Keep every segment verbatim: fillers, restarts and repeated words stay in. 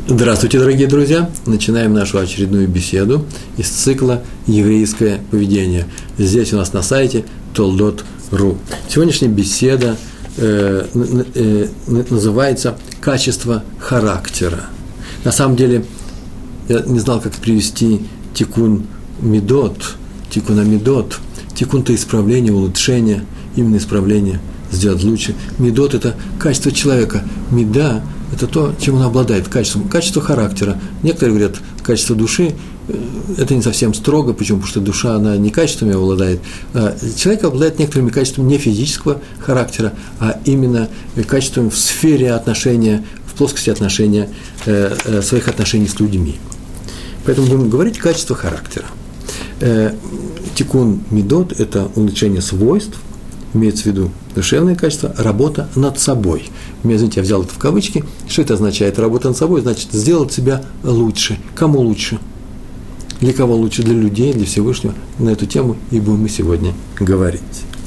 Здравствуйте, дорогие друзья! Начинаем нашу очередную беседу из цикла «Еврейское поведение». Здесь у нас на сайте толдот точка ру. Сегодняшняя беседа э, э, называется «Качество характера». На самом деле, я не знал, как привести тикун мидот, тикун амидот. Тикун – это исправление, улучшение, именно исправление, сделать лучше. Мидот – это качество человека. Мида – это то, чем он обладает, качеством, качество характера. Некоторые говорят, качество души, это не совсем строго, почему? Потому что душа, она не качествами обладает. Человек обладает некоторыми качествами не физического характера, а именно качествами в сфере отношения, в плоскости отношения, своих отношений с людьми. Поэтому будем говорить качество характера. Тикун мидот – это улучшение свойств, имеется в виду душевное качество, работа над собой. Извините, я взял это в кавычки. Что это означает? Работа над собой значит сделать себя лучше. Кому лучше? Для кого лучше? Для людей, для Всевышнего. На эту тему и будем мы сегодня говорить.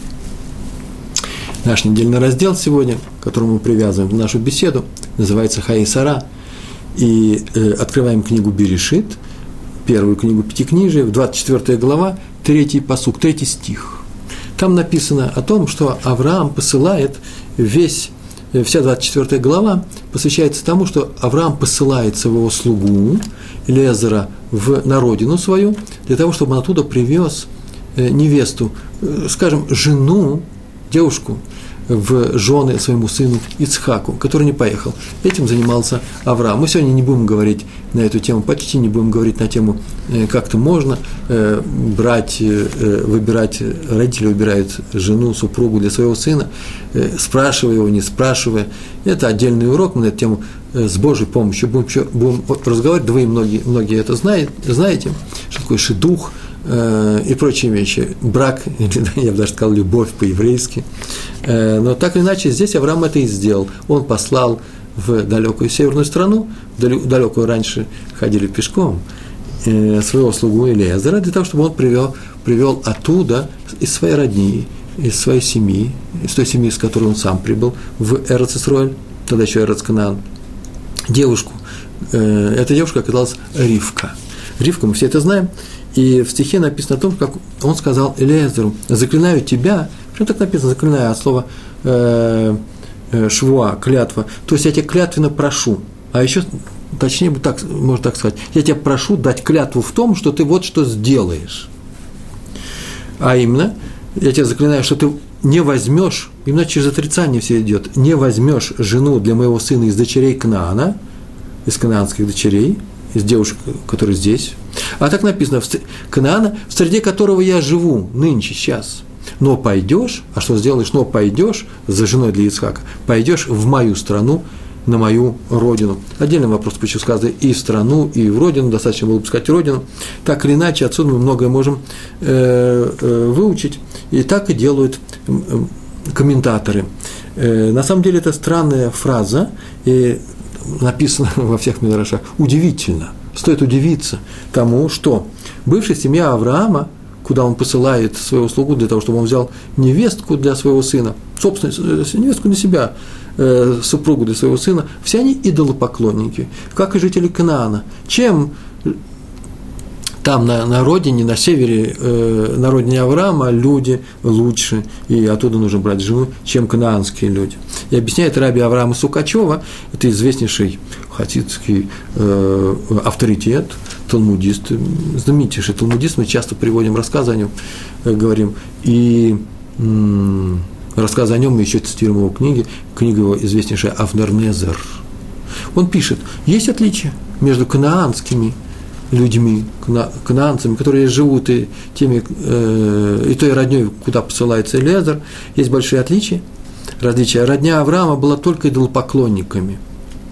Наш недельный раздел сегодня, к которому мы привязываем нашу беседу, называется «Хаи Сара». И э, открываем книгу Берешит, первую книгу Пятикнижия, двадцать четвёртая глава, третий пасук, третий стих. Там написано о том, что Авраам посылает весь, вся двадцать четвёртая глава посвящается тому, что Авраам посылает своего слугу Элиэзера в, на родину свою, для того, чтобы он оттуда привез невесту, скажем, жену, девушку, в жены своему сыну Ицхаку, который не поехал. Этим занимался Авраам. Мы сегодня не будем говорить на эту тему, почти не будем говорить на тему, как-то можно брать, выбирать, родители выбирают жену, супругу для своего сына, спрашивая его, не спрашивая. Это отдельный урок, мы на эту тему с Божьей помощью будем, еще, будем разговаривать, да вы многие, многие это знают, знаете, что такое шидух и прочие вещи, брак, я бы даже сказал, любовь по-еврейски. Но так или иначе, здесь Авраам это и сделал. Он послал в далекую северную страну, в далекую раньше ходили пешком, своего слугу Элиэзера, для того, чтобы он привел, привел оттуда, из своей родни, из своей семьи, из той семьи, с которой он сам прибыл, в Эрец Исроэль, тогда еще Эрец Канаан, девушку. Эта девушка оказалась Ривка. Ривка, мы все это знаем. И в стихе написано о том, как он сказал Элиэзеру: «Заклинаю тебя», почему так написано, заклинаю, от слова э, э, швуа, клятва, то есть я тебя клятвенно прошу, а еще, точнее, так, можно так сказать, я тебя прошу дать клятву в том, что ты вот что сделаешь, а именно, я тебя заклинаю, что ты не возьмешь, именно через отрицание все идет, не возьмешь жену для моего сына из дочерей Кнаана, из кнаанских дочерей, из девушек, которые здесь. А так написано, Кнаана, в среде которого я живу нынче, сейчас. Но пойдешь, а что сделаешь? Но пойдешь за женой для Ицхака, пойдешь в мою страну, на мою родину. Отдельный вопрос, почему сказано и в страну, и в родину, достаточно было бы сказать родину. Так или иначе, отсюда мы многое можем э, э, выучить, и так и делают э, комментаторы. Э, на самом деле, это странная фраза, и написано во всех мидрашах, удивительно, стоит удивиться тому, что бывшая семья Авраама, куда он посылает своего слугу для того, чтобы он взял невестку для своего сына, собственно, невестку для себя, э, супругу для своего сына, все они идолопоклонники, как и жители Кнаана. Чем там на, на родине, на севере, э, на родине Авраама люди лучше, и оттуда нужно брать жену, чем кнаанские люди. И объясняет раби Авраама Сукачева, это известнейший хасидский э, авторитет, талмудист, знаменитейший талмудист, мы часто приводим рассказы о нем, э, говорим, и э, рассказы о нем мы еще цитируем его книги, книга его известнейшая Авнер Незер. Он пишет, есть отличия между кнаанскими людьми, кнаанцами, которые живут и, теми, э, и той родней, куда посылается Элиэзер, есть большие отличия, различия. Родня Авраама была только идолопоклонниками.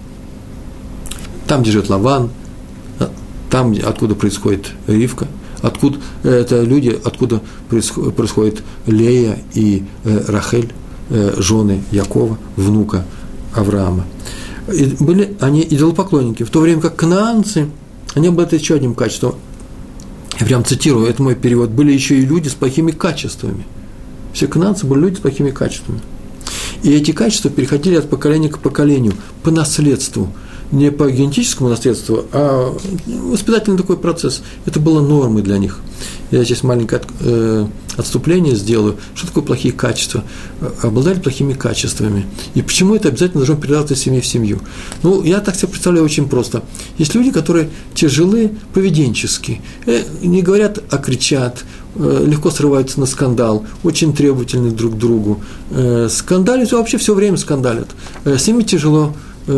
Там, где живет Лаван, там, откуда происходит Ривка, откуда, это люди, откуда происходит, происходит Лея и э, Рахель, э, жены Якова, внука Авраама. И были они идолопоклонники, в то время как кнаанцы, они обладают еще одним качеством. Я прям цитирую, это мой перевод. Были еще и люди с плохими качествами. Все кнаанцы были люди с плохими качествами. И эти качества переходили от поколения к поколению, по наследству. не по генетическому наследству, а воспитательный такой процесс. Это было нормой для них. Я здесь маленькое отступление сделаю. Что такое плохие качества? Обладали плохими качествами. И почему это обязательно должно передаваться из семьи в семью? Ну, я так себе представляю очень просто. Есть люди, которые тяжелы поведенчески, не говорят, а кричат, легко срываются на скандал, очень требовательны друг к другу, скандалят, вообще все время скандалят. С ними тяжело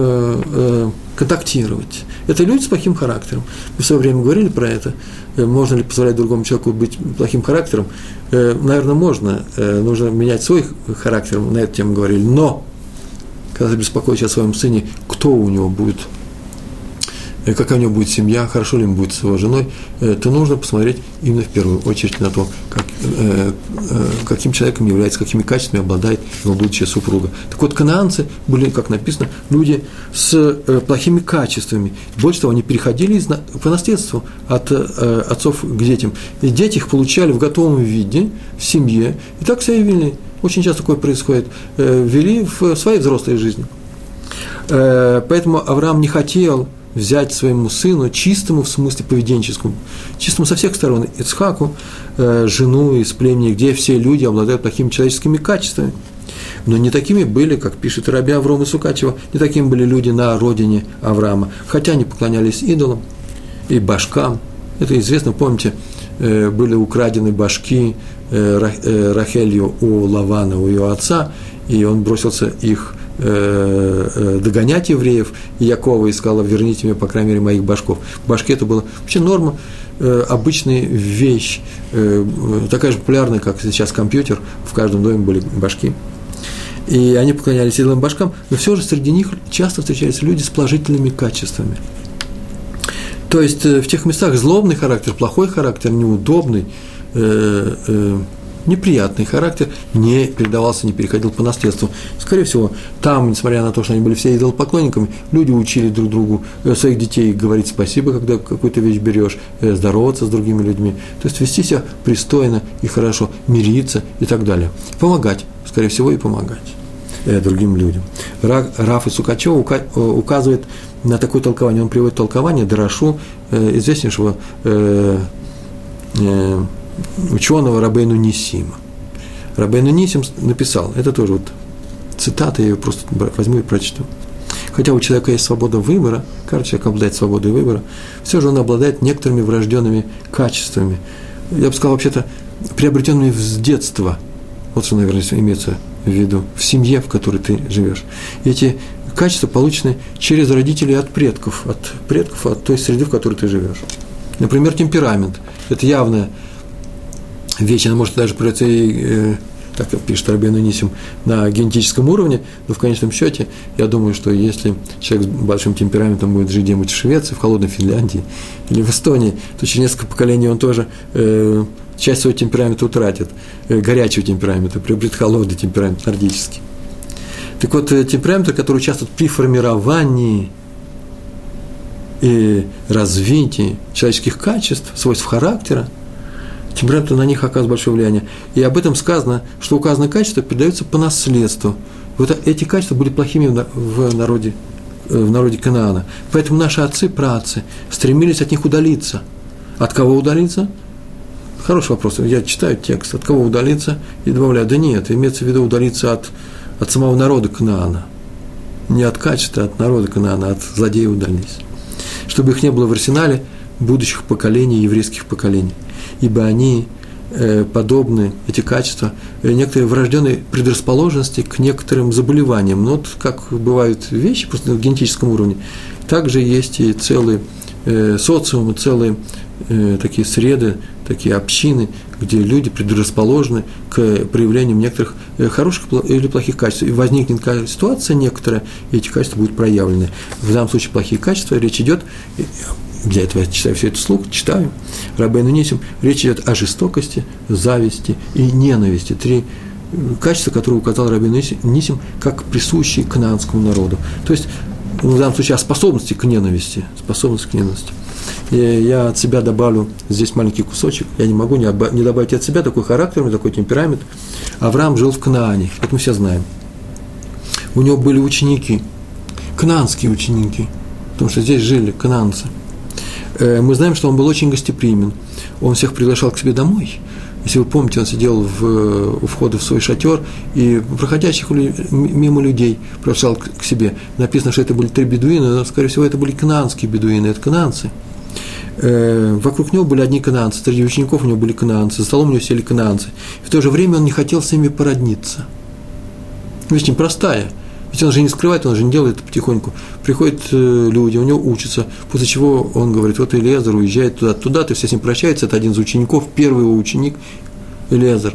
контактировать. Это люди с плохим характером. Мы в свое время говорили про это. Можно ли позволять другому человеку быть плохим характером? Наверное, можно. Нужно менять свой характер, на эту тему говорили. Но, когда ты беспокоишься о своем сыне, кто у него будет, какая у него будет семья, хорошо ли ему будет с его женой, то нужно посмотреть именно в первую очередь на то, как, э, э, каким человеком является, какими качествами обладает его будущая супруга. Так вот, канаанцы были, как написано, люди с э, плохими качествами. Больше того, они переходили из, по наследству от э, отцов к детям. И дети их получали в готовом виде, в семье, и так себя и вели. Очень часто такое происходит. Э, вели в своей взрослой жизни. Э, поэтому Авраам не хотел взять своему сыну, чистому в смысле поведенческому, чистому со всех сторон, Ицхаку, э, жену из племени, где все люди обладают плохими человеческими качествами. Но не такими были, как пишет Раби Авром из Сукачева, не такими были люди на родине Авраама, хотя они поклонялись идолам и башкам. Это известно, помните, э, были украдены башки э, э, Рахелью у Лавана, у ее отца, и он бросился их догонять евреев, и Якова искала: верните мне, по крайней мере, моих башков. Башки – это была вообще норма, обычная вещь, такая же популярная, как сейчас компьютер, в каждом доме были башки. И они поклонялись идолам башкам, но все же среди них часто встречаются люди с положительными качествами. То есть в тех местах злобный характер, плохой характер, неудобный, неприятный характер не передавался, не переходил по наследству. Скорее всего, там, несмотря на то, что они были все идолопоклонниками, люди учили друг другу, своих детей говорить спасибо, когда какую-то вещь берешь, здороваться с другими людьми, то есть вести себя пристойно и хорошо, мириться и так далее. Помогать, скорее всего, и помогать другим людям. Раф из Сукачева указывает на такое толкование. Он приводит толкование Драшу, известнейшего ученого Рабейну Нисима. Рабейну Нисим написал, это тоже вот цитата, я ее просто возьму и прочту. Хотя у человека есть свобода выбора, каждый человек обладает свободой выбора, все же он обладает некоторыми врожденными качествами. Я бы сказал, вообще-то, приобретенными с детства. Вот что, наверное, имеется в виду, в семье, в которой ты живешь. И эти качества получены через родителей от предков, от предков, от той среды, в которой ты живешь. Например, темперамент. Это явная вещь, она может даже проявиться, э, так пишет Рабейну Нисим, на генетическом уровне, но в конечном счете, я думаю, что если человек с большим темпераментом будет жить где-нибудь в Швеции, в холодной Финляндии или в Эстонии, то через несколько поколений он тоже э, часть своего темперамента утратит, э, горячего темперамента, приобретет холодный темперамент, нордический. Так вот, э, темпераменты, которые участвуют при формировании и развитии человеческих качеств, свойств характера, темперамент на них оказывает большое влияние. И об этом сказано, что указанные качества передаются по наследству. Вот эти качества были плохими в народе, в народе Канаана. Поэтому наши отцы, праотцы стремились от них удалиться. От кого удалиться? Хороший вопрос. Я читаю текст. От кого удалиться? И добавляю, да нет, имеется в виду удалиться от, от самого народа Канаана. Не от качества, а от народа Канаана, от злодеев удалились. Чтобы их не было в арсенале будущих поколений, еврейских поколений. Ибо они э, подобны, эти качества, э, некоторые врожденные предрасположенности к некоторым заболеваниям. Но вот как бывают вещи просто на генетическом уровне, также есть и целые э, социумы, целые э, такие среды, такие общины, где люди предрасположены к проявлению некоторых э, хороших или плохих качеств. И возникнет ситуация некоторая, и эти качества будут проявлены. В данном случае плохие качества, речь идет... Для этого я читаю все это вслух, читаю. Рабейну Нисим, речь идет о жестокости, зависти и ненависти. Три качества, которые указал Рабейну Нисим, как присущие канаанскому народу. То есть, в данном случае, о способности к ненависти. Способность к ненависти. И я от себя добавлю здесь маленький кусочек. Я не могу не добавить от себя такой характер, такой темперамент. Авраам жил в Канаане, это мы все знаем. У него были ученики, канаанские ученики. потому что здесь жили кананцы. Мы знаем, что он был очень гостеприимен. Он всех приглашал к себе домой. Если вы помните, он сидел в, у входа в свой шатер и проходящих мимо людей приглашал к себе. Написано, что это были три бедуина, но, скорее всего, это были кананские бедуины, это кананцы. Вокруг него были одни кананцы, среди учеников у него были кананцы, за столом у него сели кананцы. И в то же время он не хотел с ними породниться. Вещь непростая. Ведь он же не скрывает, он же не делает это потихоньку. Приходят люди, у него учатся, после чего он говорит, вот Элиэзер уезжает туда-туда, то все с ним прощаются, это один из учеников, первый его ученик Элиэзер,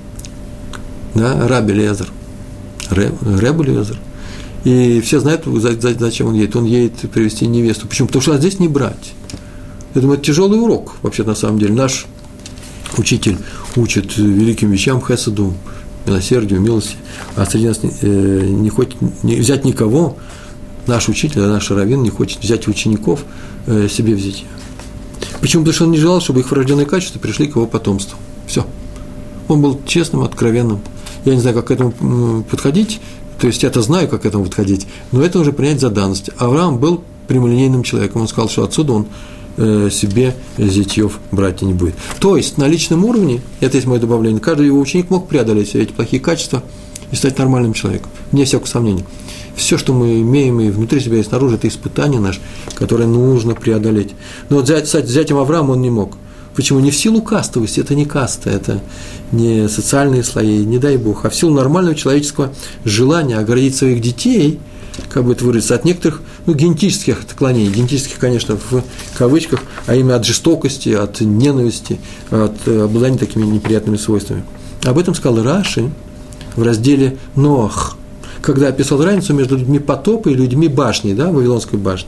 да, Раби Элиэзер, Реб Элиэзер. И все знают, зачем он едет. Он едет привезти невесту. Почему? Потому что здесь не брать. Я думаю, это тяжелый урок, вообще, на самом деле. Наш учитель учит великим вещам хесаду, милосердию, милости, а среди нас э, не хочет не взять никого, наш учитель, наш раввин не хочет взять учеников э, себе в зятья. Почему? Потому что он не желал, чтобы их врожденные качества пришли к его потомству. Все. Он был честным, откровенным. Я не знаю, как к этому подходить, то есть я-то знаю, как к этому подходить, но это уже принять за данность. Авраам был прямолинейным человеком, он сказал, что отсюда он себе зятьев брать не будет. То есть на личном уровне, это есть мое добавление, каждый его ученик мог преодолеть все эти плохие качества и стать нормальным человеком, вне всякого сомнения. Все, что мы имеем и внутри себя, и снаружи, это испытание наше, которое нужно преодолеть. Но вот взять, кстати, взять им Авраама он не мог. Почему? Не в силу кастовости, это не каста, это не социальные слои, не дай Бог, а в силу нормального человеческого желания оградить своих детей, как бы это выразиться, от некоторых ну, генетических отклонений, генетических, конечно, в кавычках, а именно от жестокости, от ненависти, от обладания такими неприятными свойствами. Об этом сказал Раши в разделе Ноах, когда описал разницу между людьми потопа и людьми башни, да, Вавилонской башни.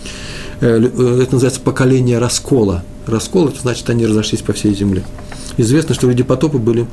Это называется поколение раскола. Раскол – это значит, они разошлись по всей земле. Известно, что люди потопа были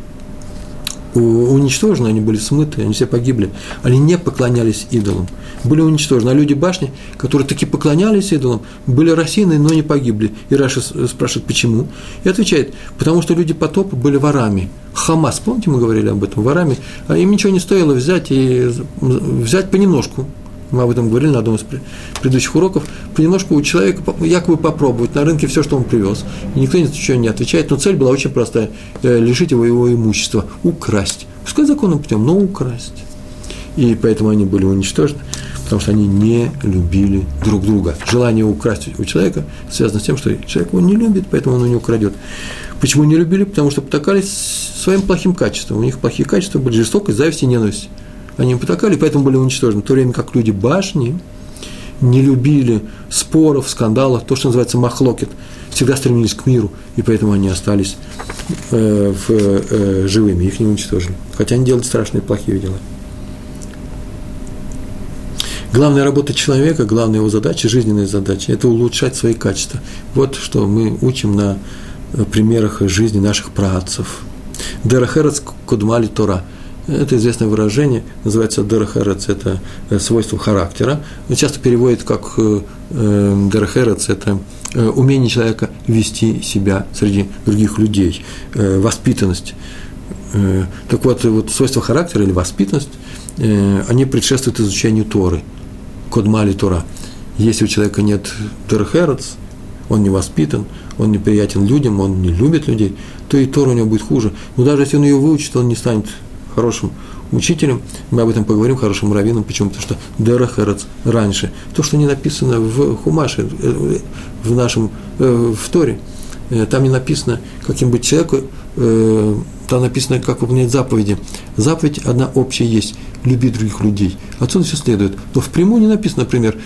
уничтожены, они были смыты, они все погибли. Они не поклонялись идолам, были уничтожены. А люди башни, которые таки поклонялись идолам, были рассеяны, но не погибли. И Раши спрашивает, почему? И отвечает, потому что люди потопа были ворами. Хамас, помните, мы говорили об этом, ворами, а им ничего не стоило взять и взять понемножку. Мы об этом говорили на одном из предыдущих уроков. Понемножку у человека якобы попробовать на рынке все, что он привез. И никто ничего не отвечает. Но цель была очень простая – лишить его его имущества, украсть. Пускай законным путем, но украсть. И поэтому они были уничтожены, потому что они не любили друг друга. Желание украсть у человека связано с тем, что человек его не любит, поэтому он его не украдет. Почему не любили? Потому что потакались своим плохим качеством. У них плохие качества были жестокость, зависть и ненависть. Они им потакали, поэтому были уничтожены. В то время как люди башни не любили споров, скандалов, то, что называется махлокет, всегда стремились к миру, и поэтому они остались э, в, э, живыми, их не уничтожили. Хотя они делали страшные плохие дела. Главная работа человека, главная его задача, жизненная задача – это улучшать свои качества. Вот что мы учим на примерах жизни наших праотцев. Дерех эрец кодма ли Тора. Это известное выражение, называется дерех эрец, это свойство характера. Часто переводят как дерех эрец, это умение человека вести себя среди других людей, воспитанность. Так вот, вот свойство характера или воспитанность, они предшествуют изучению Торы, кодма ли Тора. Если у человека нет дерех эрец, он не воспитан, он неприятен людям, он не любит людей, то и Тора у него будет хуже. Но даже если он ее выучит, он не станет хорошим учителем, мы об этом поговорим, хорошим раввином. Почему? Потому что дерех эрец раньше, то, что не написано в Хумаше, в нашем, в Торе, там не написано, каким быть человеку, там написано, как выполнять заповеди. Заповедь одна общая есть – люби других людей. Отсюда все следует. Но впрямую не написано, например,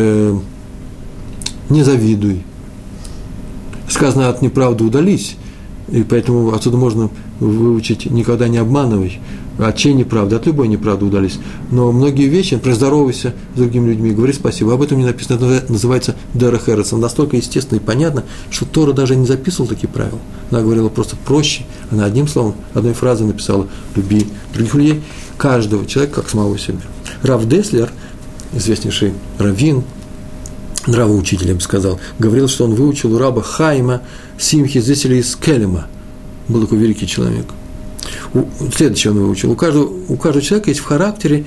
не завидуй. Сказано, от неправды удались, и поэтому отсюда можно выучить «никогда не обманывай», от чьей неправды, от любой неправды удались. Но многие вещи, например, здоровайся с другими людьми, говори спасибо, об этом не написано, это называется дерех эрец. Настолько естественно и понятно, что Тора даже не записывала такие правила. Она говорила просто проще, она одним словом, одной фразой написала «люби других людей», каждого человека как самого себя. Рав Деслер, известнейший раввин, нравоучитель, я бы сказал, говорил, что он выучил у раба Хаима Симхи Зесели из Келема. Был такой великий человек. Следующее он выучил. У каждого, у каждого человека есть в характере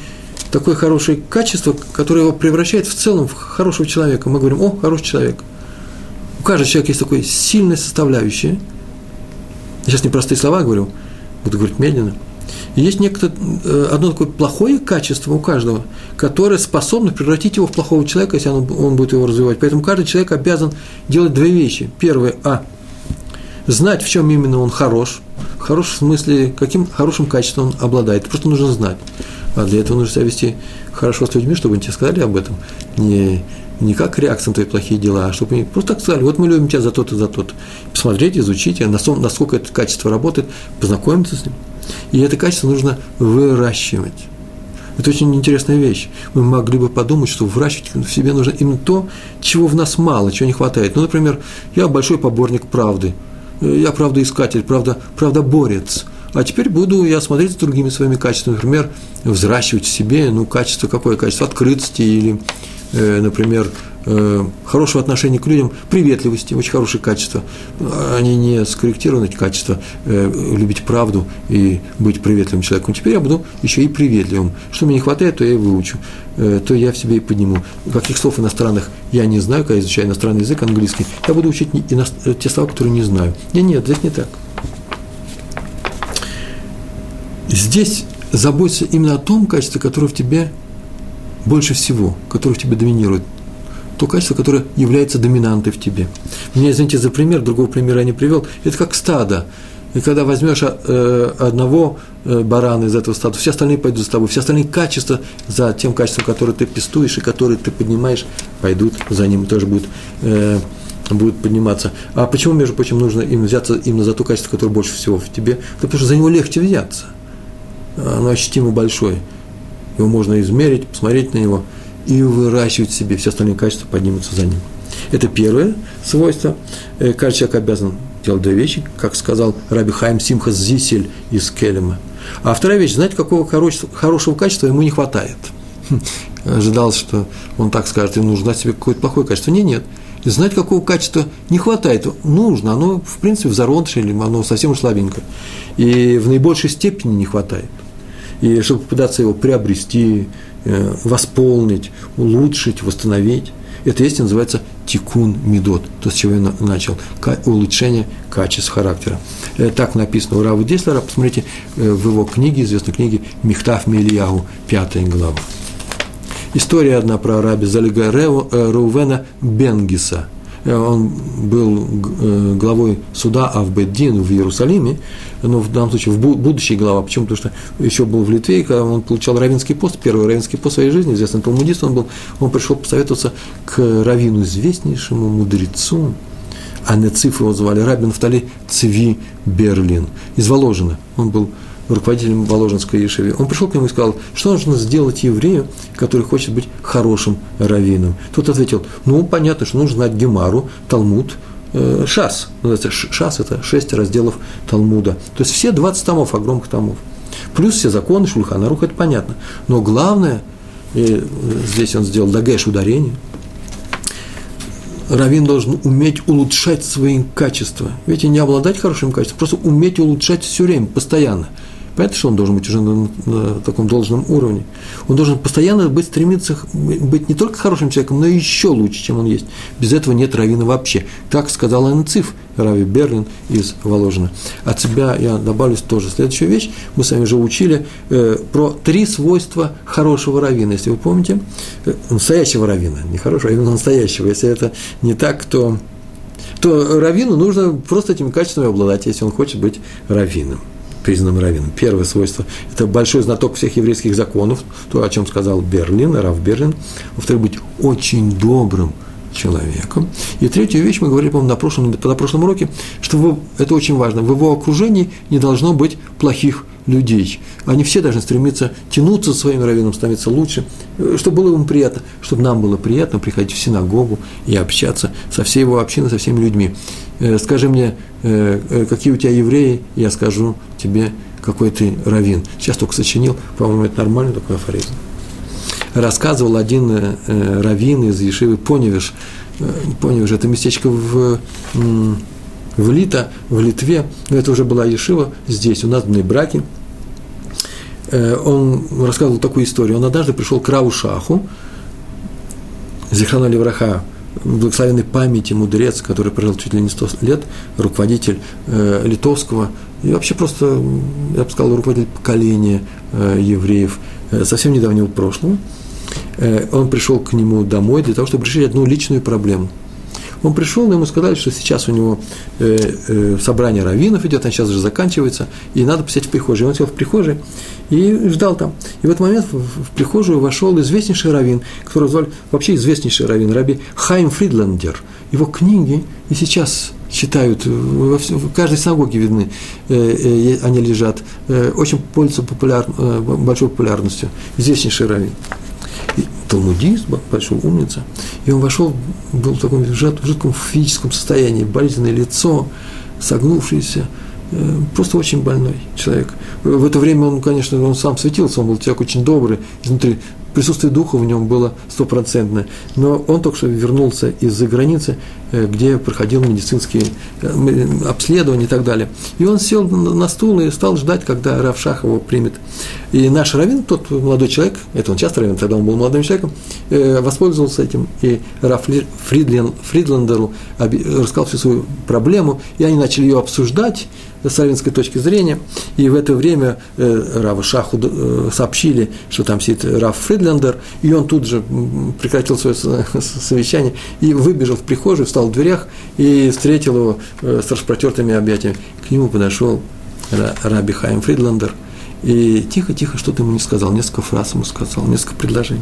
такое хорошее качество, которое его превращает в целом в хорошего человека. Мы говорим: о, хороший человек. У каждого человека есть такое сильная составляющая. Я сейчас непростые слова говорю, буду говорить медленно. И есть некое, одно такое плохое качество у каждого, которое способно превратить его в плохого человека, если он, он будет его развивать. Поэтому каждый человек обязан делать две вещи. Первое, а, знать, в чем именно он хорош. Хорош в смысле, каким хорошим качеством он обладает. Просто нужно знать. А для этого нужно себя вести хорошо с людьми, чтобы они тебе сказали об этом. Не, не как реакция на твои плохие дела, а чтобы они просто так сказали: вот мы любим тебя за то-то, за то-то. Посмотреть, изучить, насколько это качество работает, познакомиться с ним. И это качество нужно выращивать. Это очень интересная вещь. Мы могли бы подумать, что выращивать в себе нужно именно то, чего в нас мало, чего не хватает. Ну, например, я большой поборник правды. Я правдоискатель, правда, правдоборец. А теперь буду я смотреть с другими своими качествами. Например, взращивать в себе, ну, качество, какое качество? Открытости или, э, например, э, хорошего отношения к людям, приветливости, очень хорошее качество. Они не скорректированы, эти качества, э, любить правду и быть приветливым человеком. Теперь я буду еще и приветливым. Что мне не хватает, то я и выучу, э, то я в себе и подниму. Каких слов иностранных я не знаю, когда я изучаю иностранный язык, английский, я буду учить ино... те слова, которые не знаю. Нет, нет, здесь не так. Здесь заботься именно о том качестве, которое в тебе больше всего, которое в тебе доминирует. То качество, которое является доминантой в тебе. Меня, извините за пример, другого примера я не привел. Это как стадо. И когда возьмешь одного барана из этого стада, все остальные пойдут за тобой, все остальные качества за тем качеством, которое ты пестуешь и которое ты поднимаешь, пойдут за ним, тоже будут, э, будут подниматься. А почему, между прочим, нужно им взяться именно за то качество, которое больше всего в тебе? Да потому что за него легче взяться. Оно ощутимо большое. Его можно измерить, посмотреть на него и выращивать в себе. Все остальные качества поднимутся за ним. Это первое свойство. Каждый человек обязан делать две вещи, как сказал Раби Хаим Симхас Зисель из Келема. А вторая вещь, знаете, какого хорошего качества ему не хватает. Ожидалось, что он так скажет, ему нужно знать себе какое-то плохое качество. Нет, нет. Знать, какого качества не хватает, нужно. Оно, в принципе, в зародыше, или оно совсем уж слабенькое. И в наибольшей степени не хватает. И чтобы попытаться его приобрести, восполнить, улучшить, восстановить, это есть, называется тикун мидот, то, с чего я начал, улучшение качеств характера. Так написано у Рава Деслера, посмотрите в его книге, известной книге «Михтав Мильяху», пятая глава. История одна про раби Залига Реувена Бенгиса. Он был главой суда Авбед-Дин в Иерусалиме, но в данном случае в будущей глава. Почему? Потому что еще был в Литве, когда он получал раввинский пост, первый раввинский пост в своей жизни, известный талмудист он был, он пришел посоветоваться к раввину, известнейшему мудрецу, а Нециф его звали, рабби Нафтали Цви Берлин, из Воложина. Он был руководителем Воложенской ешивы. Он пришел к нему и сказал, что нужно сделать еврею, который хочет быть хорошим раввином. Тот ответил, ну, понятно, что нужно знать Гемару, Талмуд, э, Шас. Шас – это шесть разделов Талмуда. То есть все двадцать томов, огромных томов. Плюс все законы, Шульхан Арух, это понятно. Но главное, и здесь он сделал дагеш, ударение, раввин должен уметь улучшать свои качества. Ведь не обладать хорошим качеством, просто уметь улучшать все время, постоянно. Понятно, что он должен быть уже на, на таком должном уровне. Он должен постоянно быть, стремиться быть не только хорошим человеком, но и еще лучше, чем он есть. Без этого нет раввина вообще. Так сказал Нециф, Рави Берлин из Воложина. От себя я добавлю тоже следующую вещь. Мы с вами уже учили э, про три свойства хорошего раввина. Если вы помните, э, настоящего раввина, не хорошего, а именно настоящего. Если это не так, то, то раввину нужно просто этими качествами обладать, если он хочет быть раввином, признанным раввином. Первое свойство – это большой знаток всех еврейских законов, то, о чем сказал Берлин, Рав Берлин. Во-вторых, быть очень добрым человеком. И третью вещь мы говорили, по-моему, на прошлом, на прошлом уроке, что вы, это очень важно, в его окружении не должно быть плохих людей. Они все должны стремиться тянуться за своим раввином, становиться лучше, чтобы было ему приятно, чтобы нам было приятно приходить в синагогу и общаться со всей его общиной, со всеми людьми. Скажи мне, какие у тебя евреи, я скажу тебе, какой ты раввин. Сейчас только сочинил, по-моему, это нормальный такой афоризм. Рассказывал один э, раввин из ешивы Поневиш. Поневиш – это местечко в, в Лита, в Литве. Но это уже была ешива здесь, у нас в Бней-Браке. Он рассказывал такую историю. Он однажды пришел к Раву Шаху, Зихрано левраха, благословенной памяти мудрец, который прожил чуть ли не сто лет, руководитель э, литовского, и вообще просто, я бы сказал, руководитель поколения э, евреев э, совсем недавнего прошлого. Э, он пришел к нему домой для того, чтобы решить одну личную проблему. Он пришел, и ему сказали, что сейчас у него э, э, собрание раввинов идет, а сейчас уже заканчивается, и надо посидеть в прихожей. Он сел в прихожей и ждал там. И в этот момент в, в прихожую вошел известнейший раввин, которого звали вообще известнейший раввин, раби Хаим Фридландер. Его книги и сейчас читают, во все, в каждой синагоге видны, э, э, они лежат, э, очень пользуются популяр, э, большой популярностью. Известнейший раввин. Талмудист, большой умница, и он вошел, был в таком жутком физическом состоянии, болезненное лицо, согнувшееся, просто очень больной человек. В это время он, конечно, он сам светился, он был человек очень добрый, изнутри присутствие духа в нем было стопроцентное, но он только что вернулся из-за границы, где проходил медицинские обследования и так далее. И он сел на стул и стал ждать, когда Рав Шах его примет. И наш раввин, тот молодой человек, это он часто раввин, тогда он был молодым человеком, воспользовался этим, и Рав Фридландеру рассказал всю свою проблему, и они начали ее обсуждать с раввинской точки зрения, и в это время э, Раву Шаху э, сообщили, что там сидит Рав Фридландер, и он тут же прекратил свое совещание и выбежал в прихожую, встал в дверях и встретил его э, с распротертыми объятиями. К нему подошел раби Хаим Фридландер и тихо-тихо что-то ему не сказал, несколько фраз ему сказал, несколько предложений.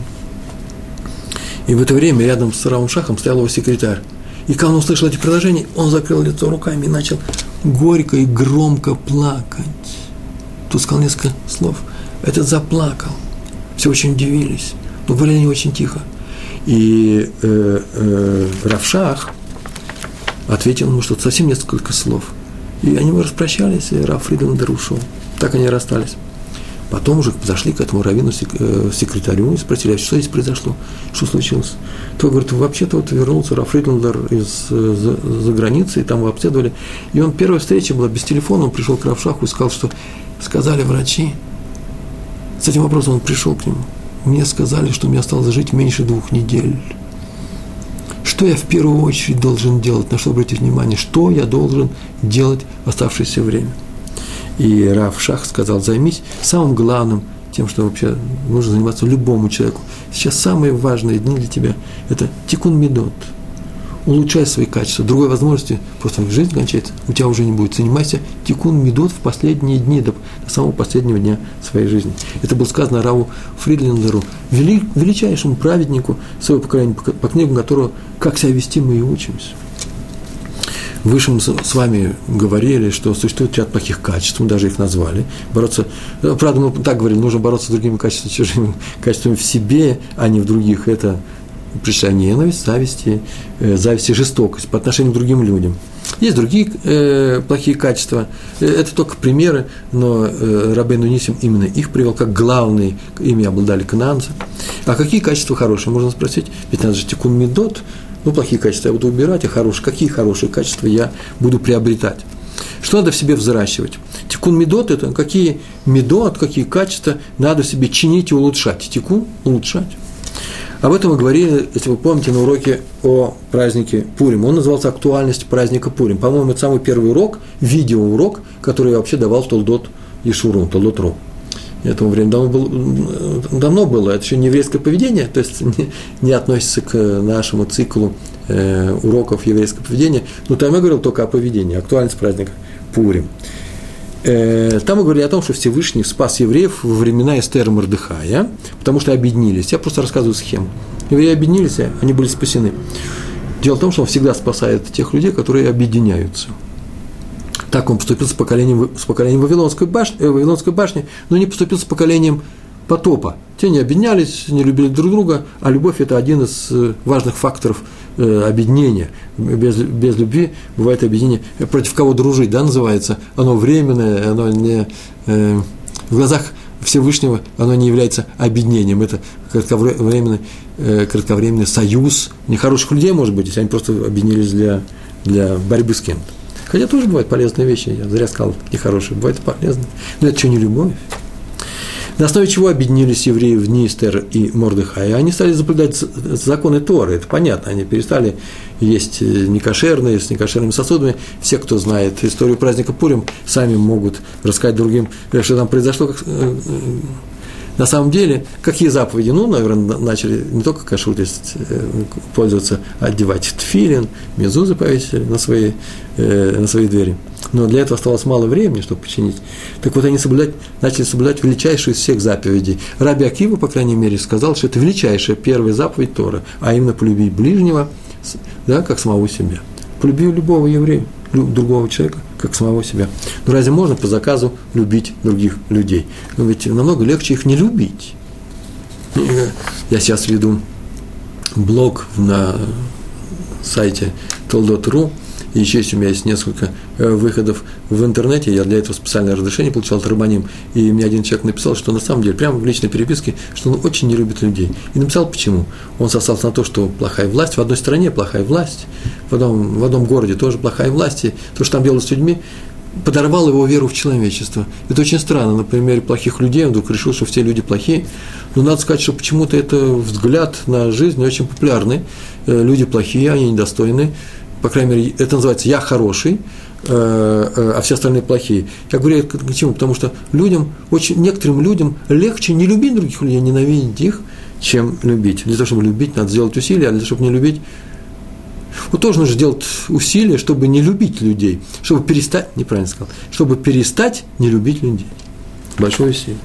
И в это время рядом с Равом Шахом стоял его секретарь. И когда он услышал эти предложения, он закрыл лицо руками и начал горько и громко плакать. Тут сказал несколько слов. Этот заплакал. Все очень удивились. Но говорили они очень тихо. И э, э, Рав Шах ответил ему что-то, совсем несколько слов. И они распрощались, и Рав Фридландер ушел. Так они расстались. Потом уже подошли к этому раввину, секретарю, и спросили, а что здесь произошло, что случилось. Тот говорит, вообще-то вот вернулся Рав Фридландер из за, за границы, и там его обследовали. И он, первая встреча была без телефона, он пришел к Рав Шаху и сказал, что сказали врачи, с этим вопросом он пришел к нему, мне сказали, что мне осталось жить меньше двух недель. Что я в первую очередь должен делать, на что обратить внимание, что я должен делать в оставшееся время. И Рав Шах сказал, займись самым главным, тем, что вообще нужно заниматься любому человеку. Сейчас самые важные дни для тебя – это тикун мидот. Улучшай свои качества. Другой возможности, просто жизнь кончается, у тебя уже не будет. Занимайся тикун мидот в последние дни, до, до самого последнего дня своей жизни. Это было сказано Раву Фридлендеру, вели, величайшему праведнику своего поколения, по, по книгам которого «Как себя вести» мы и учимся. Выше мы с вами говорили, что существует ряд плохих качеств, мы даже их назвали. Бороться, правда, мы так говорили, нужно бороться с другими качествами, чужими качествами в себе, а не в других. Это пришла ненависть, зависть, э, зависть и жестокость по отношению к другим людям. Есть другие э, плохие качества, это только примеры, но э, Рабейну Нисим именно их привел, как главные, ими обладали кананцы. А какие качества хорошие, можно спросить, ведь надо же тикун мидот. Ну, плохие качества я буду убирать, а хорошие, какие хорошие качества я буду приобретать. Что надо в себе взращивать? Тикун мидот – это какие мидот, какие качества надо в себе чинить и улучшать. Тикун – улучшать. Об этом мы говорили, если вы помните, на уроке о празднике Пурим. Он назывался «Актуальность праздника Пурим». По-моему, это самый первый урок, видеоурок, который я вообще давал в Толдот Ешурун, Толдот Ро. Этому времени давно было, давно было, это еще не еврейское поведение, то есть не, не относится к нашему циклу э, уроков еврейского поведения, но там я говорил только о поведении, актуальность праздника Пурим. Э, там мы говорили о том, что Всевышний спас евреев во времена Эстера и Мордехая, потому что объединились. Я просто рассказываю схему. Евреи объединились, они были спасены. Дело в том, что он всегда спасает тех людей, которые объединяются. Так он поступил с поколением, с поколением Вавилонской башни, э, Вавилонской башни, но не поступил с поколением потопа. Те не объединялись, не любили друг друга, а любовь – это один из важных факторов э, объединения. Без, без любви бывает объединение. Против кого дружить, да, называется. Оно временное, оно не… Э, в глазах Всевышнего оно не является объединением. Это кратковременный, э, кратковременный союз нехороших людей, может быть, если они просто объединились для, для борьбы с кем-то. Хотя тоже бывают полезные вещи, я зря сказал, нехорошие, бывают полезные. Но это что, не любовь? На основе чего объединились евреи в дни Эстер и Мордехая? Они стали соблюдать законы Торы, это понятно, они перестали есть некошерные, с некошерными сосудами. Все, кто знает историю праздника Пурим, сами могут рассказать другим, что там произошло. На самом деле, какие заповеди? Ну, наверное, начали не только кашрут пользоваться, а одевать тфилин, мезузы повесили на свои, э, на свои двери. Но для этого оставалось мало времени, чтобы починить. Так вот, они соблюдать, начали соблюдать величайшую из всех заповедей. Раби Акива, по крайней мере, сказал, что это величайшая первая заповедь Торы, а именно полюби ближнего, да, как самого себя. Полюби любого еврея, другого человека, как самого себя. Но разве можно по заказу любить других людей? Но ведь намного легче их не любить. Я сейчас веду блог на сайте толдот точка ру, и еще есть у меня есть несколько выходов в интернете, я для этого специальное разрешение получал от Рабаним, и мне один человек написал, что на самом деле, прямо в личной переписке, что он очень не любит людей. И написал почему. Он сослался на то, что плохая власть, в одной стране плохая власть, потом в одном городе тоже плохая власть, и то, что там делают с людьми, подорвало его веру в человечество. Это очень странно. На примере плохих людей он вдруг решил, что все люди плохие. Но надо сказать, что почему-то это взгляд на жизнь очень популярный. Люди плохие, они недостойны. По крайней мере, это называется «я хороший», а все остальные плохие. Я говорю это к чему? Потому что людям, очень, некоторым людям легче не любить других людей, ненавидеть их, чем любить. Для того, чтобы любить, надо сделать усилия, а для того, чтобы не любить, вот тоже нужно делать усилия, чтобы не любить людей, чтобы перестать, неправильно сказал, чтобы перестать не любить людей. Большое усилие.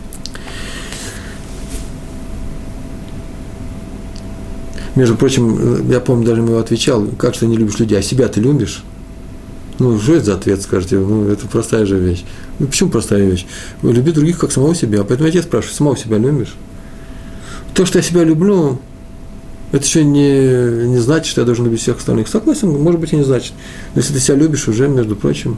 Между прочим, я помню, даже ему отвечал, как что не любишь людей, а себя ты любишь? Ну, что это за ответ, скажете? Ну, это простая же вещь. Ну, почему простая вещь? Люби других, как самого себя. Поэтому я тебя спрашиваю, самого себя любишь? То, что я себя люблю, это еще не, не значит, что я должен любить всех остальных. Согласен, может быть, и не значит. Но если ты себя любишь, уже, между прочим,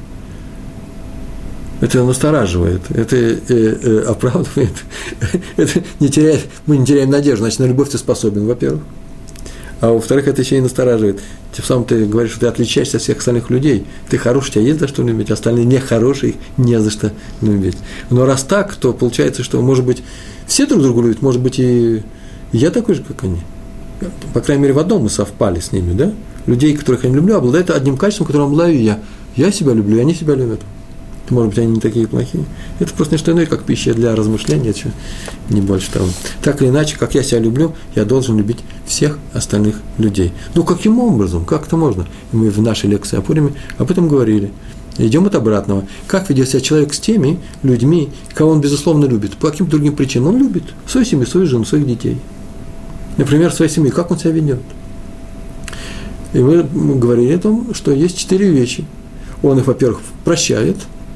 это настораживает, это э, э, оправдывает, это не теряет, мы не теряем надежду, значит, на любовь ты способен, во-первых. А во-вторых, это еще и настораживает. Тем самым ты говоришь, что ты отличаешься от всех остальных людей. Ты хороший, у тебя есть за что любить, а остальные нехорошие, их не за что любить. Но раз так, то получается, что, может быть, все друг друга любят, может быть, и я такой же, как они. По крайней мере, в одном мы совпали с ними, да? Людей, которых я не люблю, обладают одним качеством, которым обладаю я. Я себя люблю, и они себя любят. Может быть, они не такие плохие. Это просто не что иное, как пища для размышления, это не больше того. Так или иначе, как я себя люблю, я должен любить всех остальных людей. Ну, каким образом? Как это можно? И мы в нашей лекции о Пуриме об этом говорили. Идем от обратного. Как ведет себя человек с теми людьми, кого он, безусловно, любит? По каким другим причинам? Он любит свою семью, свою жену, своих детей. Например, своей семьи. Как он себя ведет? И мы говорили о том, что есть четыре вещи. Он их, во-первых, прощает,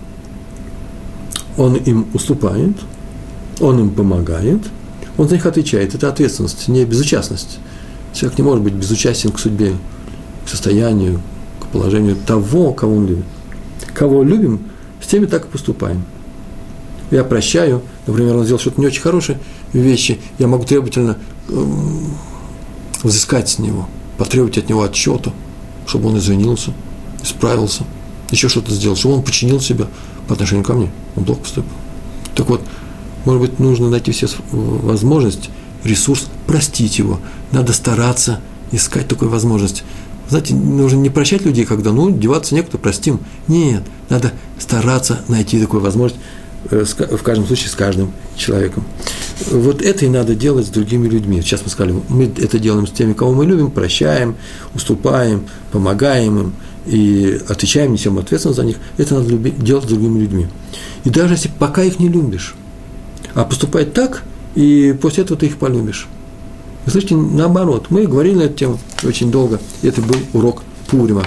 он им уступает, он им помогает, он за них отвечает. Это ответственность, не безучастность. Человек не может быть безучастен к судьбе, к состоянию, к положению того, кого он любит. Кого любим, с теми так и поступаем. Я прощаю, например, он сделал что-то не очень хорошее вещи, я могу требовательно взыскать с него, потребовать от него отчета, чтобы он извинился, исправился, еще что-то сделал, чтобы он починил себя по отношению ко мне. Он плохо поступил. Так вот, может быть, нужно найти все возможность, ресурс, простить его. Надо стараться искать такую возможность. Знаете, нужно не прощать людей, когда, ну, деваться некуда, простим. Нет, надо стараться найти такую возможность, в каждом случае с каждым человеком. Вот это и надо делать с другими людьми. Сейчас мы сказали, мы это делаем с теми, кого мы любим, прощаем, уступаем, помогаем им и отвечаем, несем ответственность за них. Это надо любить, делать с другими людьми. И даже если пока их не любишь, а поступать так, и после этого ты их полюбишь. Вы слышите, наоборот, мы говорили на эту тему очень долго, и это был урок Пурима.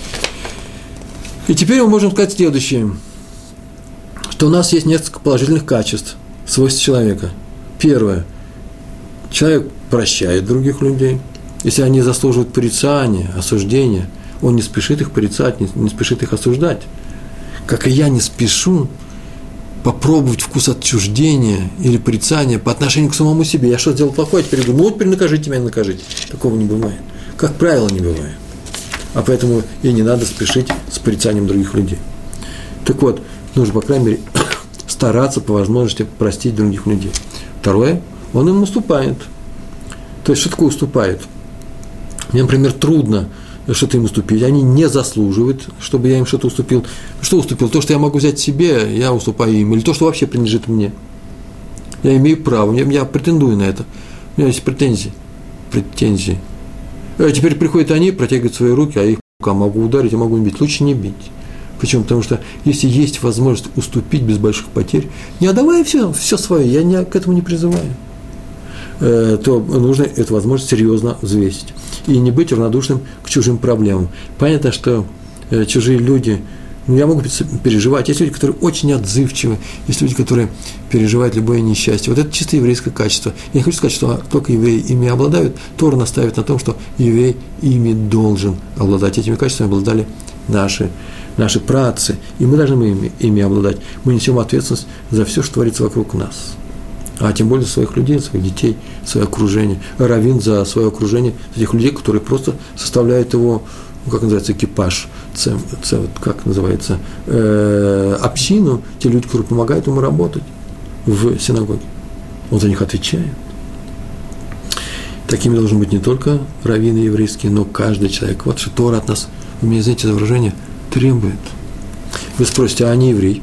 И теперь мы можем сказать следующее, что у нас есть несколько положительных качеств, свойств человека. Первое. Человек прощает других людей. Если они заслуживают порицания, осуждения, он не спешит их порицать, не, не спешит их осуждать. Как и я не спешу попробовать вкус отчуждения или порицания по отношению к самому себе. Я что сделал плохое, теперь говорю, ну вот теперь накажите меня, накажите. Такого не бывает. Как правило, не бывает. А поэтому и не надо спешить с порицанием других людей. Так вот, нужно, по крайней мере, стараться по возможности простить других людей. Второе, он им уступает. То есть, что такое уступает? Мне, например, трудно что-то им уступить. Они не заслуживают, чтобы я им что-то уступил. Что уступил? То, что я могу взять себе, я уступаю им. Или то, что вообще принадлежит мне. Я имею право, я, я претендую на это. У меня есть претензии. Претензии. А теперь приходят они, протягивают свои руки, а их рука могу ударить, я могу не бить. Лучше не бить. Почему? Потому что если есть возможность уступить без больших потерь, не отдавая все, все свое, я не, к этому не призываю, э, то нужно эту возможность серьезно взвесить. И не быть равнодушным к чужим проблемам. Понятно, что э, чужие люди, ну, я могу переживать. Есть люди, которые очень отзывчивы, есть люди, которые переживают любое несчастье. Вот это чисто еврейское качество. Я не хочу сказать, что только евреи ими обладают. Тора наставит на том, что еврей ими должен обладать. Этими качествами обладали наши, наши праотцы. И мы должны ими, ими обладать. Мы несем ответственность за все, что творится вокруг нас. А тем более за своих людей, своих детей, свое окружение. Раввин за свое окружение, за тех людей, которые просто составляют его, ну, как называется, экипаж, ц, ц, как называется, э, общину, те люди, которые помогают ему работать в синагоге. Он за них отвечает. Такими должны быть не только раввины еврейские, но каждый человек. Вот что Тора от нас, вы меня знаете за выражение, требует. Вы спросите, а они еврей?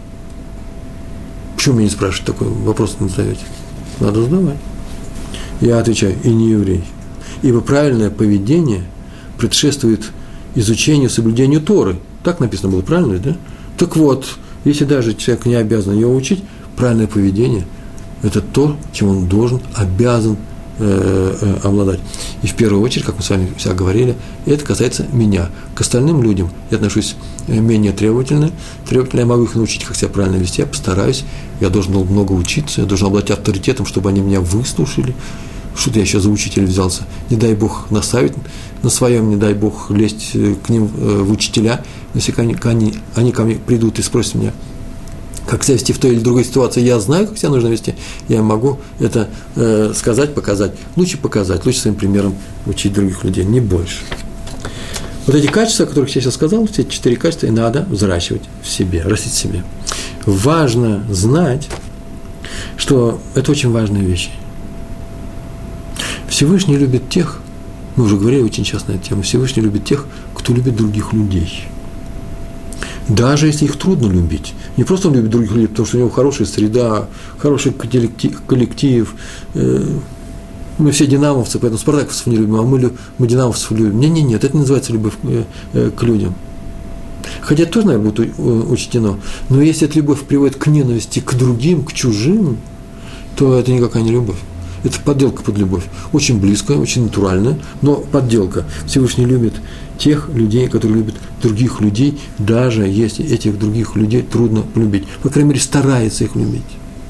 Почему меня не спрашивают, такой вопрос не задаете? Надо задавать. Я отвечаю, и не еврей. Ибо правильное поведение предшествует изучению, соблюдению Торы. Так написано было, правильно, да? Так вот, если даже человек не обязан ее учить, правильное поведение – это то, чем он должен, обязан э, э, обладать. И в первую очередь, как мы с вами всегда говорили, это касается меня. К остальным людям я отношусь менее требовательно. Требовательно я могу их научить, как себя правильно вести, я постараюсь. Я должен много учиться, я должен обладать авторитетом, чтобы они меня выслушали. Что-то я сейчас за учителя взялся. Не дай Бог наставить на своем, не дай Бог лезть к ним в учителя. Если они, они, они ко мне придут и спросят меня, как себя вести в той или другой ситуации, я знаю, как себя нужно вести, я могу это э, сказать, показать. Лучше показать, лучше своим примером учить других людей, не больше. Вот эти качества, о которых я сейчас сказал, все эти четыре качества, и надо взращивать в себе, растить в себе. Важно знать, что это очень важные вещи. Всевышний любит тех, мы уже говорили очень часто на эту тему, Всевышний любит тех, кто любит других людей. Даже если их трудно любить. Не просто он любит других людей, потому что у него хорошая среда, хороший коллектив, коллектив э, мы все динамовцы, поэтому спартаковцев не любим, а мы, мы динамовцев любим. Нет, нет, нет, это не называется любовь э, э, к людям. Хотя это тоже, наверное, будет учтено. Но если эта любовь приводит к ненависти к другим, к чужим, то это никакая не любовь. Это подделка под любовь. Очень близкая, очень натуральная, но подделка. Всевышний любит тех людей, которые любят других людей, даже если этих других людей трудно полюбить. По крайней мере, старается их любить.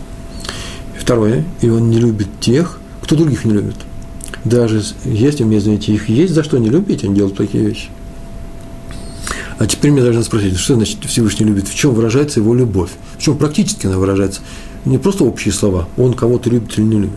Второе. И он не любит тех, кто других не любит. Даже если, мне знаете, их есть за что не любить, они делают такие вещи. А теперь меня должны спросить, что значит Всевышний любит, в чем выражается его любовь, в чем практически она выражается. Не просто общие слова, он кого-то любит или не любит.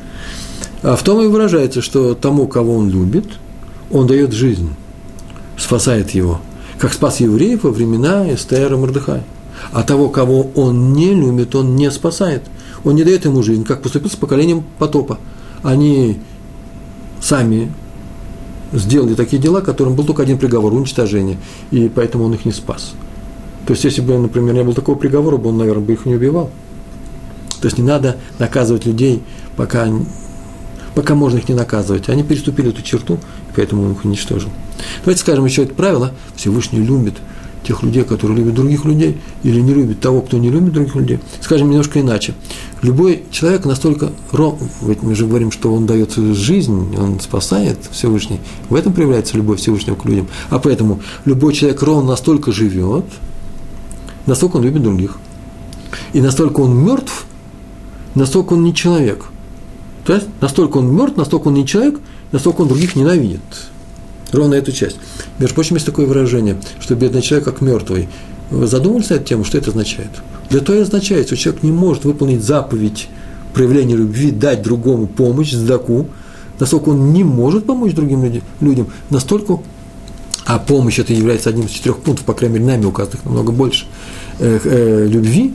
А в том и выражается, что тому, кого он любит, он дает жизнь, спасает его, как спас евреев во времена Эстера и Мордехая. А того, кого он не любит, он не спасает. Он не дает ему жизнь, как поступил с поколением потопа. Они сами сделали такие дела, которым был только один приговор – уничтожение, и поэтому он их не спас. То есть, если бы, например, не было такого приговора, он, наверное, бы их не убивал. То есть, не надо наказывать людей, пока, пока можно их не наказывать. Они переступили эту черту, и поэтому он их уничтожил. Давайте скажем еще это правило. Всевышний любит тех людей, которые любят других людей, или не любит того, кто не любит других людей. Скажем немножко иначе. Любой человек настолько, ведь мы же говорим, что он дает жизнь, он спасает Всевышний, в этом проявляется любовь Всевышнего к людям. А поэтому любой человек ровно настолько живет, настолько он любит других. И настолько он мертв, настолько он не человек. То есть, настолько он мертв, настолько он не человек, настолько он других ненавидит. Ровно эту часть. Между прочим, есть такое выражение, что бедный человек как мертвый. Вы задумывались на эту тему, что это означает? Для того и означает, что человек не может выполнить заповедь проявления любви, дать другому помощь, сдаку, настолько он не может помочь другим людям, настолько, а помощь это является одним из четырех пунктов, по крайней мере, нами указанных намного больше, э, э, любви,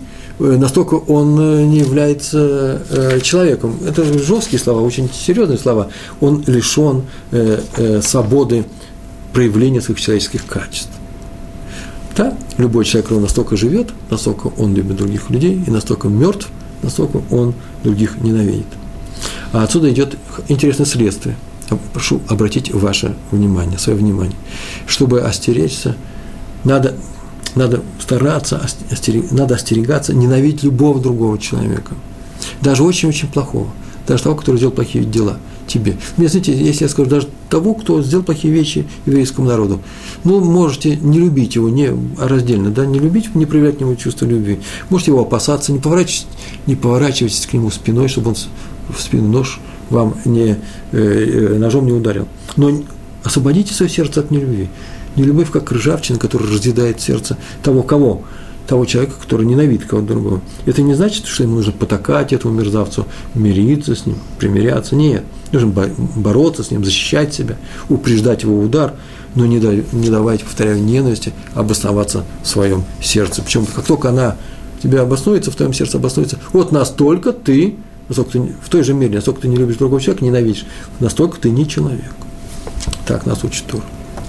настолько он не является человеком. Это жесткие слова, очень серьезные слова. Он лишен свободы проявления своих человеческих качеств. Да, любой человек настолько живет, настолько он любит других людей, и настолько мертв, настолько он других ненавидит. А отсюда идет интересное следствие. Прошу обратить ваше внимание, свое внимание. Чтобы остеречься, надо, надо стараться, остерег, надо остерегаться, ненавидеть любого другого человека. Даже очень-очень плохого. Даже того, который сделал плохие дела тебе. Мне, знаете, если я скажу, даже того, кто сделал плохие вещи еврейскому народу, ну, можете не любить его, не а раздельно, да, не любить, не проявлять к нему чувство любви. Можете его опасаться, не поворачивайтесь, не поворачивайтесь к нему спиной, чтобы он в спину нож вам не, э, ножом не ударил. Но освободите свое сердце от нелюбви. Нелюбовь, как ржавчина, которая разъедает сердце того, кого? Того человека, который ненавидит кого-то другого. Это не значит, что ему нужно потакать этому мерзавцу, мириться с ним, примиряться. Нет. Нужно бороться с ним, защищать себя, упреждать его удар, но не, да, не давайте, повторяю, ненависти обосноваться в своем сердце. Причем, как только она у тебя обоснуется, в твоем сердце обоснуется, вот настолько ты, насколько ты в той же мере, насколько ты не любишь другого человека, ненавидишь, настолько ты не человек. Так нас учит Тора.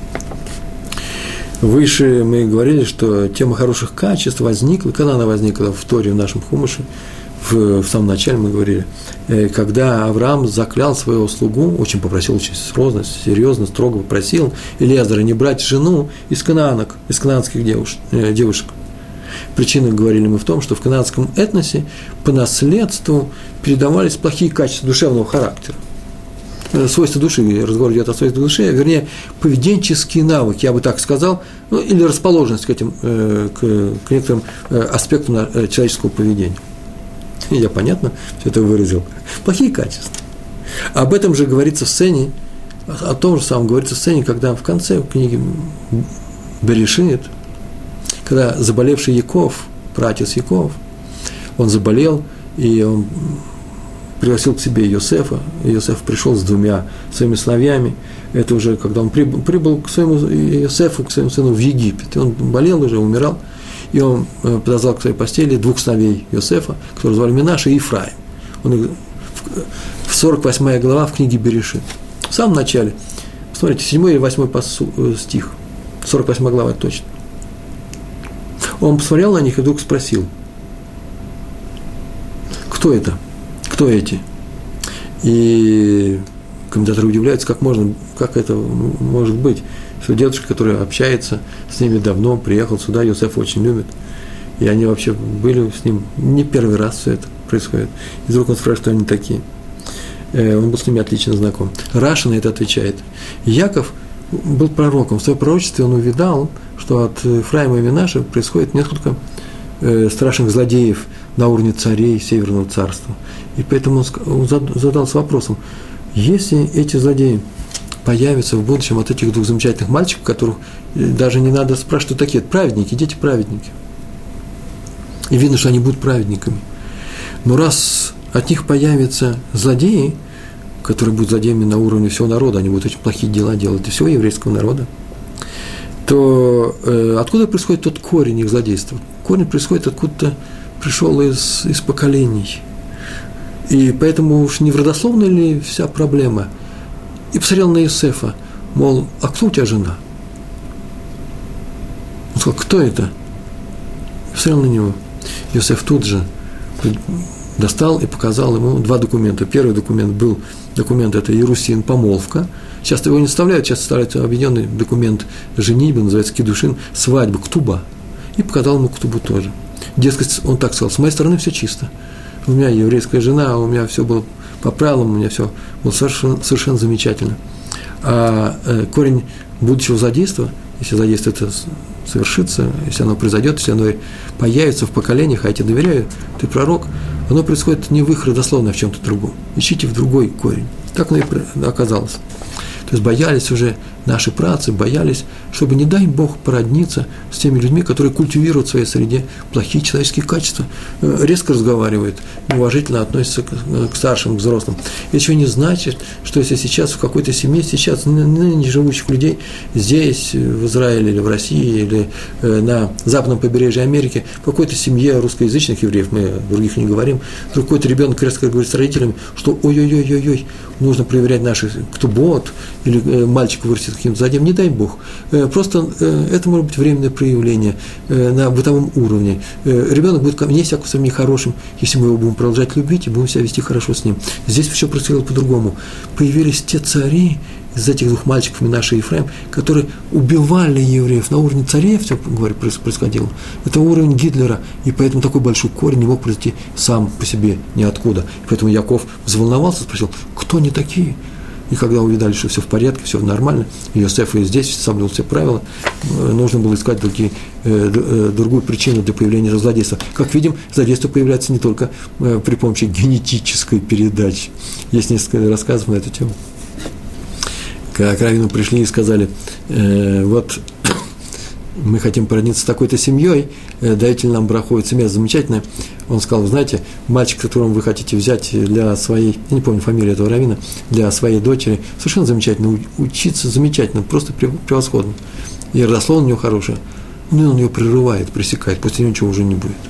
Выше мы говорили, что тема хороших качеств возникла, когда она возникла в Торе, в нашем Хумаше, в, в самом начале мы говорили, когда Авраам заклял своего слугу, очень попросил, очень срозно, серьезно, строго попросил Элиазара не брать жену из канаанок, из канаанских девушек. девушек. Причина, говорили мы, в том, что в канаанском этносе по наследству передавались плохие качества душевного характера. Свойства души, разговор идет о свойствах души, вернее, поведенческие навыки, я бы так сказал, ну, или расположенность к этим, к, к некоторым аспектам человеческого поведения. Я понятно все это выразил. Плохие качества. Об этом же говорится в сцене, о том же самом говорится в сцене, когда в конце книги Берешит, когда заболевший Яков, пратец Яков, он заболел, и он пригласил к себе Йосефа, и Йосеф пришел с двумя своими сыновьями, это уже когда он прибыл, прибыл к своему Йосефу, к своему сыну в Египет, и он болел уже, умирал, и он подозвал к своей постели двух сыновей Йосефа, которые звали Менаше и Ифраим. Он, в сорок восьмая глава в книге Берешит. В самом начале, смотрите, седьмой и восьмой стих, сорок восьмая глава точно. Он посмотрел на них и вдруг спросил, кто это? Кто эти? И комментаторы удивляются, как можно, как это может быть, что дедушка, который общается с ними давно, приехал сюда, Йосеф очень любит, и они вообще были с ним не первый раз все это происходит. И вдруг он спрашивает, кто они такие. Он был с ними отлично знаком. Раша на это отвечает. Яков был пророком. В своем пророчестве он увидал, что от Ефраима и Менаше происходит несколько страшных злодеев на уровне царей Северного царства. И поэтому он задался вопросом, если эти злодеи появятся в будущем от этих двух замечательных мальчиков, которых даже не надо спрашивать, кто такие, это праведники, дети-праведники. И видно, что они будут праведниками. Но раз от них появятся злодеи, которые будут злодеями на уровне всего народа, они будут очень плохие дела делать, и всего еврейского народа, то э, откуда происходит тот корень их злодейства? Корень происходит откуда-то, пришел из, из поколений. И поэтому уж не в родословной ли вся проблема? И посмотрел на Йосефа, мол, а кто у тебя жена? Он сказал, кто это? И посмотрел на него. Йосеф тут же достал и показал ему два документа. Первый документ был, документ это Ирусин, помолвка. Сейчас его не вставляют, сейчас вставляют объединенный документ женитьбы, называется кидушин, свадьба, ктуба. И показал ему ктубу тоже. Дескать, он так сказал, с моей стороны все чисто. У меня еврейская жена, у меня все было по правилам, у меня все было совершенно, совершенно замечательно. А э, корень будущего злодейства, если злодейство это совершится, если оно произойдет, если оно появится в поколениях, а я тебе доверяю, ты пророк, оно происходит не в их родословной, а в чем-то другом. Ищите в другой корень. Так оно и оказалось. То есть боялись уже наши праотцы боялись, чтобы, не дай Бог, породниться с теми людьми, которые культивируют в своей среде плохие человеческие качества, резко разговаривают, неуважительно относятся к, к старшим, к взрослым. Это еще не значит, что если сейчас в какой-то семье, сейчас ныне живущих людей здесь, в Израиле или в России, или на западном побережье Америки, в какой-то семье русскоязычных евреев, мы о других не говорим, вдруг какой-то ребенок резко говорит с родителями, что ой-ой-ой-ой-ой, нужно проверять наших, кто бот, или э, мальчик вырастет каким-то задем, не дай Бог. Э, просто э, это может быть временное проявление э, на бытовом уровне. Э, ребенок будет, не всякого сомнения, хорошим, если мы его будем продолжать любить и будем себя вести хорошо с ним. Здесь все происходило по-другому. Появились те цари из этих двух мальчиков, Менаше и Ефраим, которые убивали евреев на уровне царей, все, говорю, происходило. Это уровень Гитлера, и поэтому такой большой корень не мог произойти сам по себе ниоткуда. И поэтому Яков взволновался, спросил, кто они такие? И когда увидали, что все в порядке, все нормально, и Йосеф и здесь соблюл все правила, нужно было искать другие, э, другую причину для появления злодейства. Как видим, злодейство появляется не только э, при помощи генетической передачи. Есть несколько рассказов на эту тему. К раввину пришли и сказали, э, вот мы хотим породниться с такой-то семьей, э, дайте нам браху, это семья замечательная. Он сказал, знаете, мальчик, которого вы хотите взять для своей, я не помню фамилию этого раввина, для своей дочери, совершенно замечательно, учиться замечательно, просто превосходно. И родословие у него хорошее, но он ее прерывает, пресекает, после него ничего уже не будет.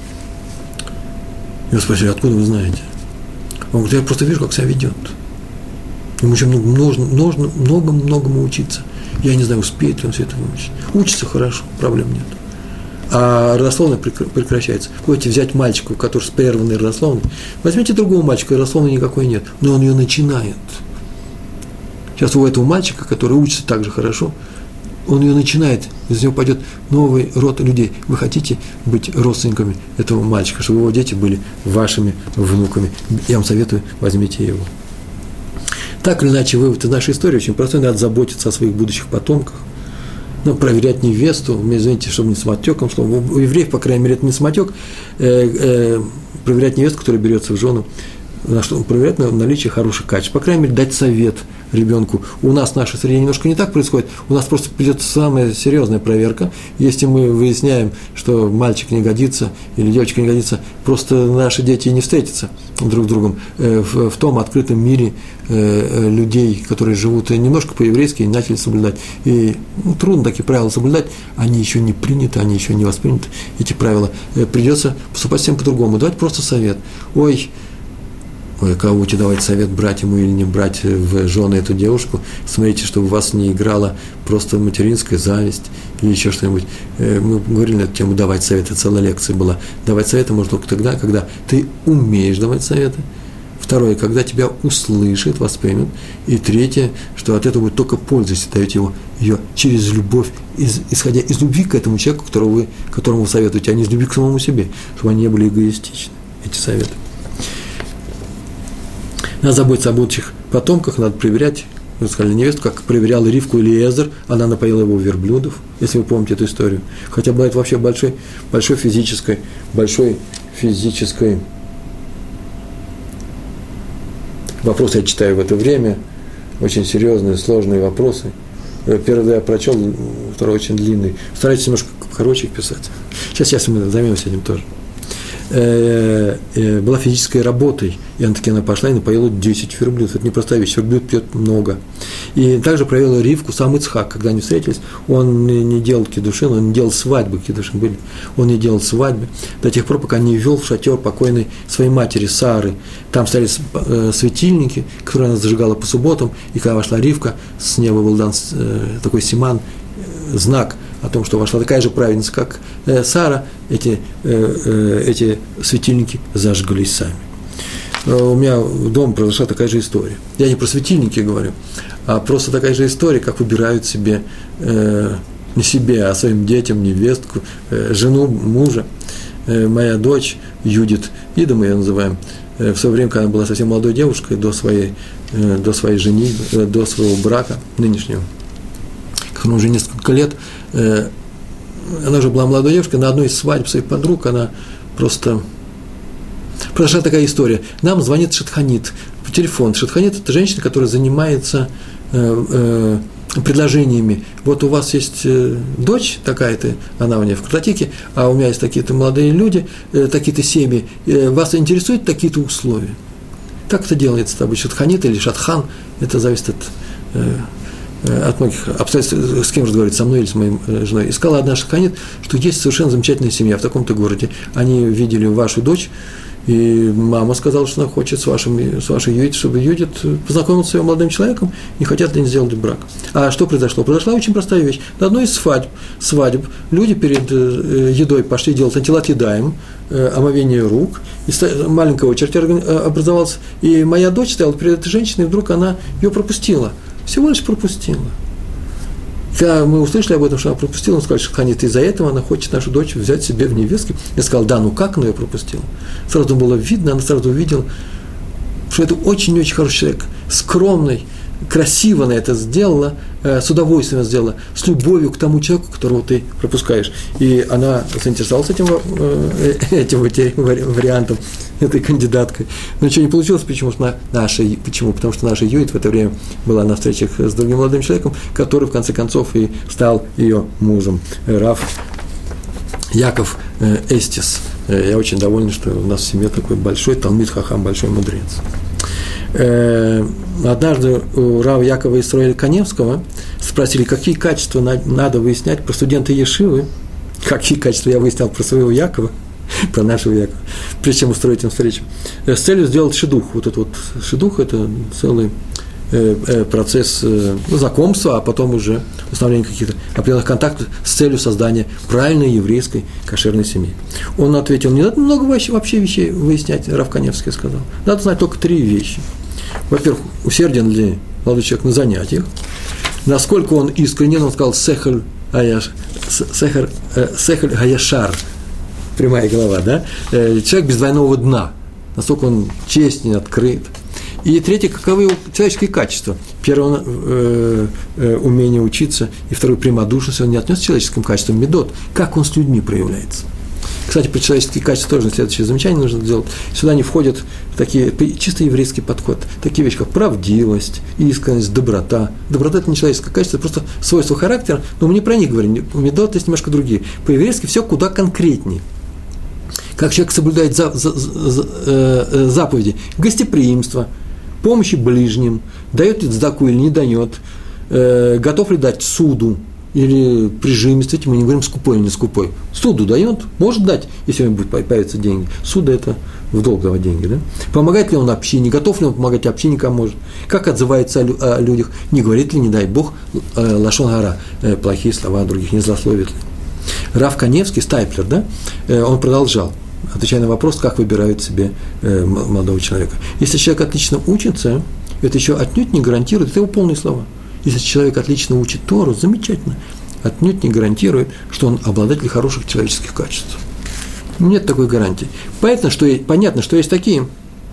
Его спросили, откуда вы знаете? Он говорит, я просто вижу, как себя ведет. Ему еще нужно, нужно много-многому учиться. Я не знаю, успеет ли он все это выучить. Учится хорошо, проблем нет. А родословное прекращается. Будете взять мальчика, у которого с прерванной родословной, возьмите другого мальчика, родословной никакой нет, но он ее начинает. Сейчас у этого мальчика, который учится так же хорошо, он ее начинает, из него пойдет новый род людей. Вы хотите быть родственниками этого мальчика, чтобы его дети были вашими внуками. Я вам советую, возьмите его. Так или иначе, вывод из нашей истории очень простой. Надо заботиться о своих будущих потомках. Надо проверять невесту. Извините, чтобы не самотеком шло. У евреев, по крайней мере, это не самотек. Э, э, проверять невесту, которая берется в жену. На что проверять на наличие хороших качеств. По крайней мере, дать совет ребенку. У нас в нашей среде немножко не так происходит. У нас просто придет самая серьезная проверка. Если мы выясняем, что мальчик не годится или девочка не годится, просто наши дети не встретятся друг с другом в, в том открытом мире э, людей, которые живут немножко по-еврейски и начали соблюдать. И ну, трудно такие правила соблюдать, они еще не приняты, они еще не восприняты, эти правила. Придется поступать всем по-другому. Давать просто совет. Ой, Ой, кого будете давать совет, брать ему или не брать в жены эту девушку, смотрите, чтобы у вас не играла просто материнская зависть или еще что-нибудь. Мы говорили на эту тему, давать советы, целая лекция была. Давать советы можно только тогда, когда ты умеешь давать советы. Второе, когда тебя услышат, воспримут. И третье, что от этого будет только польза, если даете его, ее через любовь, из, исходя из любви к этому человеку, которого вы, которому вы советуете, а не из любви к самому себе, чтобы они не были эгоистичны, эти советы. Надо заботиться о будущих потомках, надо проверять, вы сказали, невесту, как проверяла Ривку Элиэзер, она напоила его верблюдов, если вы помните эту историю. Хотя была это вообще большой, большой физической, большой физической вопрос, я читаю в это время, очень серьезные, сложные вопросы. Первый я прочел, второй очень длинный. Старайтесь немножко короче их писать. Сейчас, сейчас мы займемся этим тоже. Была физической работой, и она таки она пошла и напоила десять верблюдов. Это непростая вещь, верблюд пьет много. И также провела Ривку сам Ицхак, когда они встретились, он не делал кидушин, он не делал свадьбы, кидушин были, он не делал свадьбы до тех пор, пока не ввел в шатер покойной своей матери Сары. Там стояли светильники, которые она зажигала по субботам, и когда вошла Ривка, с неба был дан такой симан, знак о том, что вошла такая же праведница, как э, Сара, эти, э, э, эти светильники зажглись сами. Но у меня дома произошла такая же история. Я не про светильники говорю, а просто такая же история, как выбирают себе, э, не себе, а своим детям, невестку, э, жену, мужа. Э, моя дочь Юдит, Ида мы ее называем, э, в свое время, когда она была совсем молодой девушкой, до своей, э, до своей женитьбы, э, до своего брака нынешнего, она уже несколько лет, э, она уже была молодой девушкой, на одной из свадеб своих подруг она просто... Произошла такая история. Нам звонит шатханит по телефону. Шатханит – это женщина, которая занимается э, э, предложениями. Вот у вас есть дочь такая-то, она у меня в картотеке, а у меня есть такие-то молодые люди, такие-то семьи. Вас интересуют такие-то условия? Так это делается обычно. Шатханит или шатхан, это зависит от, от многих обстоятельств, с кем разговаривать, со мной или с моей женой. И сказала одна шатханит, что есть совершенно замечательная семья в таком-то городе. Они видели вашу дочь, и мама сказала, что она хочет с, вашим, с вашей Юдит, чтобы Юдит познакомился с ее молодым человеком, не хотят ли они сделать брак. А что произошло? Произошла очень простая вещь. На одной из свадеб, свадеб люди перед едой пошли делать антилат едаем, омовение рук, и маленькая очередь образовалась, и моя дочь стояла перед этой женщиной, и вдруг она ее пропустила. Всего лишь пропустила. Когда мы услышали об этом, что она пропустила, он сказал, что Ханит, из-за этого она хочет нашу дочь взять себе в невестки. Я сказал, да, ну как она ее пропустила? Сразу было видно, она сразу увидела, что это очень-очень хороший человек, скромный, красиво она это сделала, с удовольствием сделала, с любовью к тому человеку, которого ты пропускаешь. И она заинтересовалась этим, этим вариантом, этой кандидаткой. Но ничего не получилось, почему? Что наша, почему? Потому что наша Юдит в это время была на встречах с другим молодым человеком, который в конце концов и стал ее мужем. Рав Яков Эстис. Я очень доволен, что у нас в семье такой большой талмид хахам, большой мудрец. Однажды у Рава Якова Исроэля Каневского спросили, какие качества надо выяснять про студента Ешивы. Какие качества я выяснял про своего Якова, про нашего Якова, прежде чем устроить им встречу. С целью сделать шидух. Вот этот вот шидух – это целый процесс ну, знакомства, а потом уже установления каких-то определенных контактов с целью создания правильной еврейской кошерной семьи. Он ответил, не надо много вообще вещей выяснять, Рав Каневский сказал. Надо знать только три вещи. Во-первых, усерден ли молодой человек на занятиях, насколько он искренен, он сказал сехель гаяшар, прямая голова, да? Человек без двойного дна, насколько он честен, открыт. И третье, каковы его человеческие качества. Первое, э, э, умение учиться, и второе, прямодушность, он не отнес к человеческим качествам медот, как он с людьми проявляется. Кстати, про человеческие качества тоже следующее замечание нужно сделать. Сюда не входят такие чисто еврейский подход, такие вещи, как правдивость, искренность, доброта. Доброта – это не человеческое качество, это просто свойство характера, но мы не про них говорим, медот есть немножко другие. По-еврейски все куда конкретнее. Как человек соблюдает за, за, за, э, заповеди, гостеприимство, помощи ближним, дает ли цдаку или не дает, э, готов ли дать суду или прижимистый, мы не говорим скупой или не скупой. Суду дает, может дать, если у него будут появиться деньги. Суда – это в долг давать деньги. Да? Помогает ли он общине, готов ли он помогать общине, кому может. Как отзывается о людях, не говорит ли, не дай Бог, э, лашон гара, э, плохие слова о других, не злословит ли. Рав Каневский, Стайплер, да, э, он продолжал, отвечая на вопрос, как выбирают себе э, молодого человека. Если человек отлично учится, это еще отнюдь не гарантирует, это его полные слова. Если человек отлично учит Тору, замечательно, отнюдь не гарантирует, что он обладатель хороших человеческих качеств. Нет такой гарантии. Понятно, что есть, понятно, что есть такие,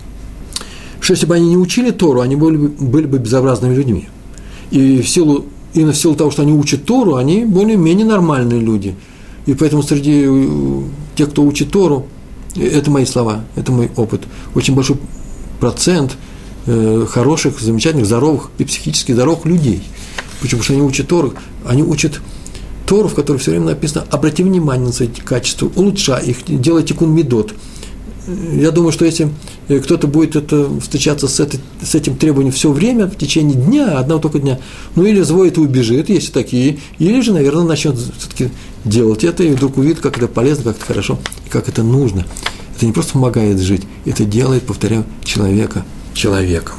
что если бы они не учили Тору, они были бы, были бы безобразными людьми. И в силу, именно в силу того, что они учат Тору, они более-менее нормальные люди. И поэтому среди тех, кто учит Тору, это мои слова, это мой опыт, очень большой процент э, хороших, замечательных, здоровых и психически здоровых людей. Почему? Потому что они учат Тору, они учат Тору, в которой все время написано: обрати внимание на эти качества, улучшай их, делай тикун мидот. Я думаю, что если кто-то будет это, встречаться с, этой, с этим требованием все время, в течение дня, одного только дня, ну или взвоет и убежит, есть такие, или же, наверное, начнет все-таки делать это, и вдруг увидит, как это полезно, как это хорошо, и как это нужно. Это не просто помогает жить, это делает, повторяю, человека человеком.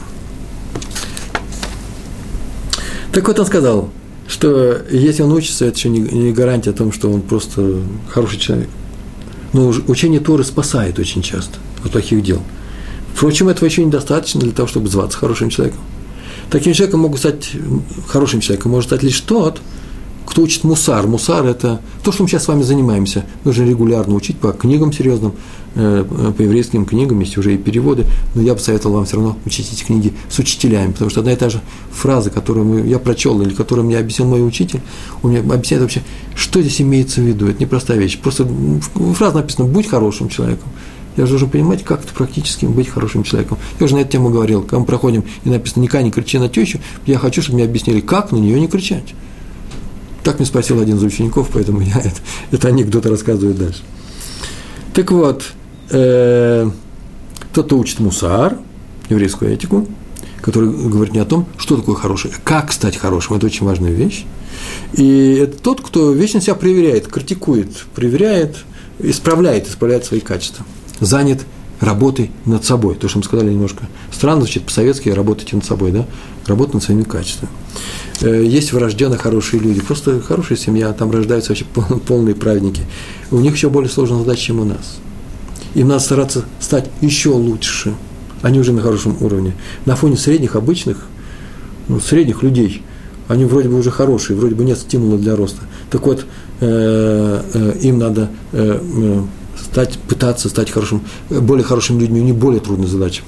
Так вот он сказал, что если он учится, это еще не гарантия о том, что он просто хороший человек. Но учение Торы спасает очень часто от плохих дел. Впрочем, этого еще недостаточно для того, чтобы зваться хорошим человеком. Таким человеком могут стать, хорошим человеком может стать лишь тот, кто учит мусар. Мусар – это то, что мы сейчас с вами занимаемся. Нужно регулярно учить по книгам серьезным, по еврейским книгам, есть уже и переводы. Но я бы советовал вам все равно учить эти книги с учителями, потому что одна и та же фраза, которую мы, я прочел или которую мне объяснил мой учитель, он мне объясняет вообще, что здесь имеется в виду. Это непростая вещь. Просто фраза написана: будь хорошим человеком. Я же должен понимать, как это практически быть хорошим человеком. Я уже на эту тему говорил, когда мы проходим, и написано «никогда не кричи на тещу», я хочу, чтобы мне объяснили, как на нее не кричать. Так мне спросил один из учеников, поэтому я это, это анекдот рассказываю дальше. Так вот, э, тот, кто учит мусар, еврейскую этику, который говорит не о том, что такое хороший, а как стать хорошим. Это очень важная вещь. И это тот, кто вечно себя проверяет, критикует, проверяет, исправляет, исправляет свои качества. Занят работой над собой. То, что мы сказали немножко странно, звучит по-советски, работайте над собой, да? Работать над своими качествами. Есть врожденно хорошие люди, просто хорошая семья, там рождаются вообще полные праведники. У них еще более сложная задача, чем у нас. Им надо стараться стать еще лучше. Они уже на хорошем уровне. На фоне средних, обычных, ну, средних людей, они вроде бы уже хорошие, вроде бы нет стимула для роста. Так вот, э, э, им надо э, стать, пытаться стать хорошим, более хорошими людьми, у них более трудная задача.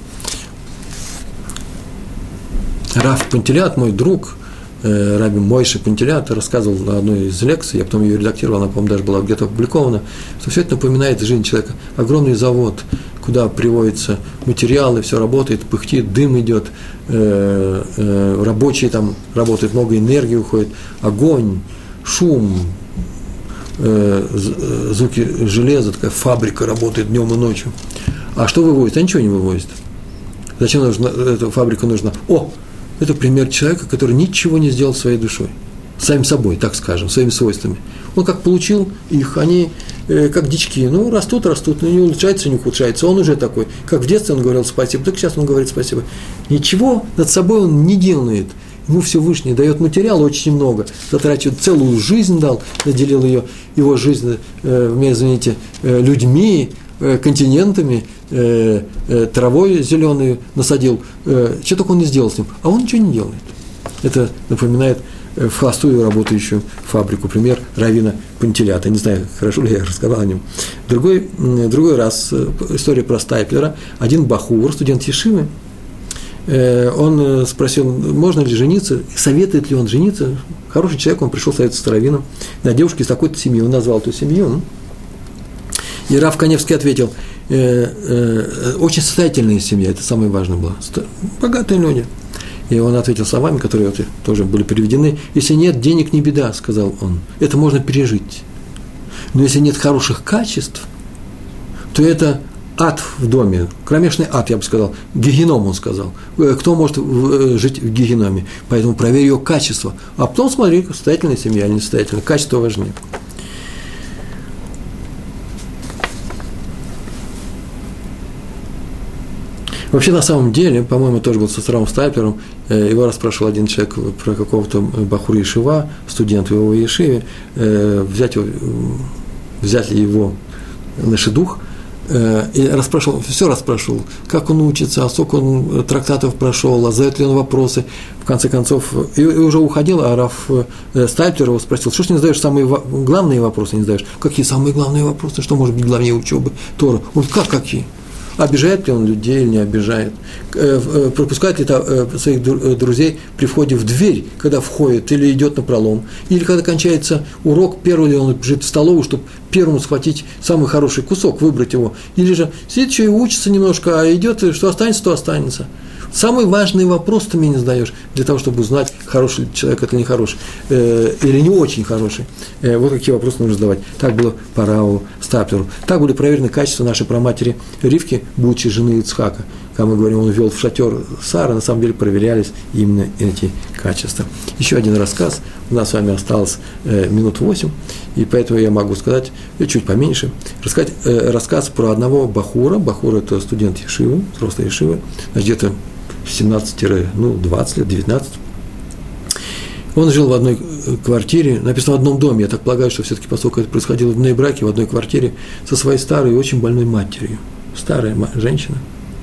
Рав Пантелят, мой друг, э, Раби Мойша Пантелят, рассказывал на одной из лекций, я потом ее редактировал, она, по-моему, даже была где-то опубликована, что все это напоминает жизнь человека. Огромный завод, куда приводятся материалы, все работает, пыхтит, дым идет, э, э, рабочие там работают, много энергии уходит, огонь, шум, э, звуки железа, такая фабрика работает днем и ночью. А что вывозит? А ничего не вывозит. Зачем нужна, эта фабрика нужна? О, это пример человека, который ничего не сделал своей душой, самим собой, так скажем, своими свойствами. Он как получил их, они э, как дички, ну, растут, растут, ну, не улучшается, не ухудшается. Он уже такой, как в детстве он говорил спасибо, так сейчас он говорит спасибо. Ничего над собой он не делает. Ему Всевышний дает материала очень много, затрачивает целую жизнь дал, наделил ее, его жизнь, э, извините, э, людьми, э, континентами, э, э, травой зеленой насадил. Э, что только он не сделал с ним, а он ничего не делает. Это напоминает в холостую работающую фабрику. Пример раввина Пантелята. Не знаю, хорошо ли я рассказал о нем. Другой, другой раз история про Стайплера. Один бахур, студент Ешивы, он спросил, можно ли жениться, советует ли он жениться. Хороший человек, он пришел советоваться с раввином на девушке из такой-то семьи. Он назвал эту семью. И Рав Каневский ответил, очень состоятельная семья, это самое важное было. Богатые люди. И он ответил словами, которые тоже были переведены. Если нет денег, не беда, сказал он. Это можно пережить. Но если нет хороших качеств, то это ад в доме. Кромешный ад, я бы сказал. Гегеном, он сказал. Кто может жить в гегеноме? Поэтому проверь ее качество. А потом смотри, состоятельная семья или несостоятельная. Качество важнее. Вообще, на самом деле, по-моему, тоже был со Равом Стайплером, его расспрашивал один человек про какого-то бахура Ешива, студента в его Ешиве, взять, его, взять ли его на шедух, и расспрашивал, все расспрашивал, как он учится, а сколько он трактатов прошел, а задает ли он вопросы, в конце концов, и, и уже уходил, а Рав Стайплер его спросил, что ж не задаешь самые главные вопросы, не задаешь? Какие самые главные вопросы, что может быть главнее учебы Торы? Он говорит, как какие? Обижает ли он людей или не обижает? Пропускает ли своих друзей при входе в дверь, когда входит, или идет напролом? Или когда кончается урок, первый ли он бежит в столовую, чтобы первому схватить самый хороший кусок, выбрать его? Или же сидит еще и учится немножко, а идет, что останется, то останется. Самый важный вопрос ты мне не задаешь, для того, чтобы узнать, хороший человек это или нехороший, э, или не очень хороший. Э, вот какие вопросы нужно задавать. Так было по Раву Стайплеру. Так были проверены качества нашей праматери Ривки, будучи жены Ицхака. Когда мы говорим, он ввел в шатер Сары, на самом деле проверялись именно эти качества. Еще один рассказ. У нас с вами осталось э, минут восемь, и поэтому я могу сказать, чуть поменьше, рассказать э, рассказ про одного бахура. Бахур – это студент Ешивы, взрослый Ешивы, где-то семнадцать-двадцать лет, девятнадцать. Он жил в одной квартире, написано в одном доме, я так полагаю, что все-таки, поскольку это происходило в браке, в одной квартире, со своей старой и очень больной матерью. Старая женщина.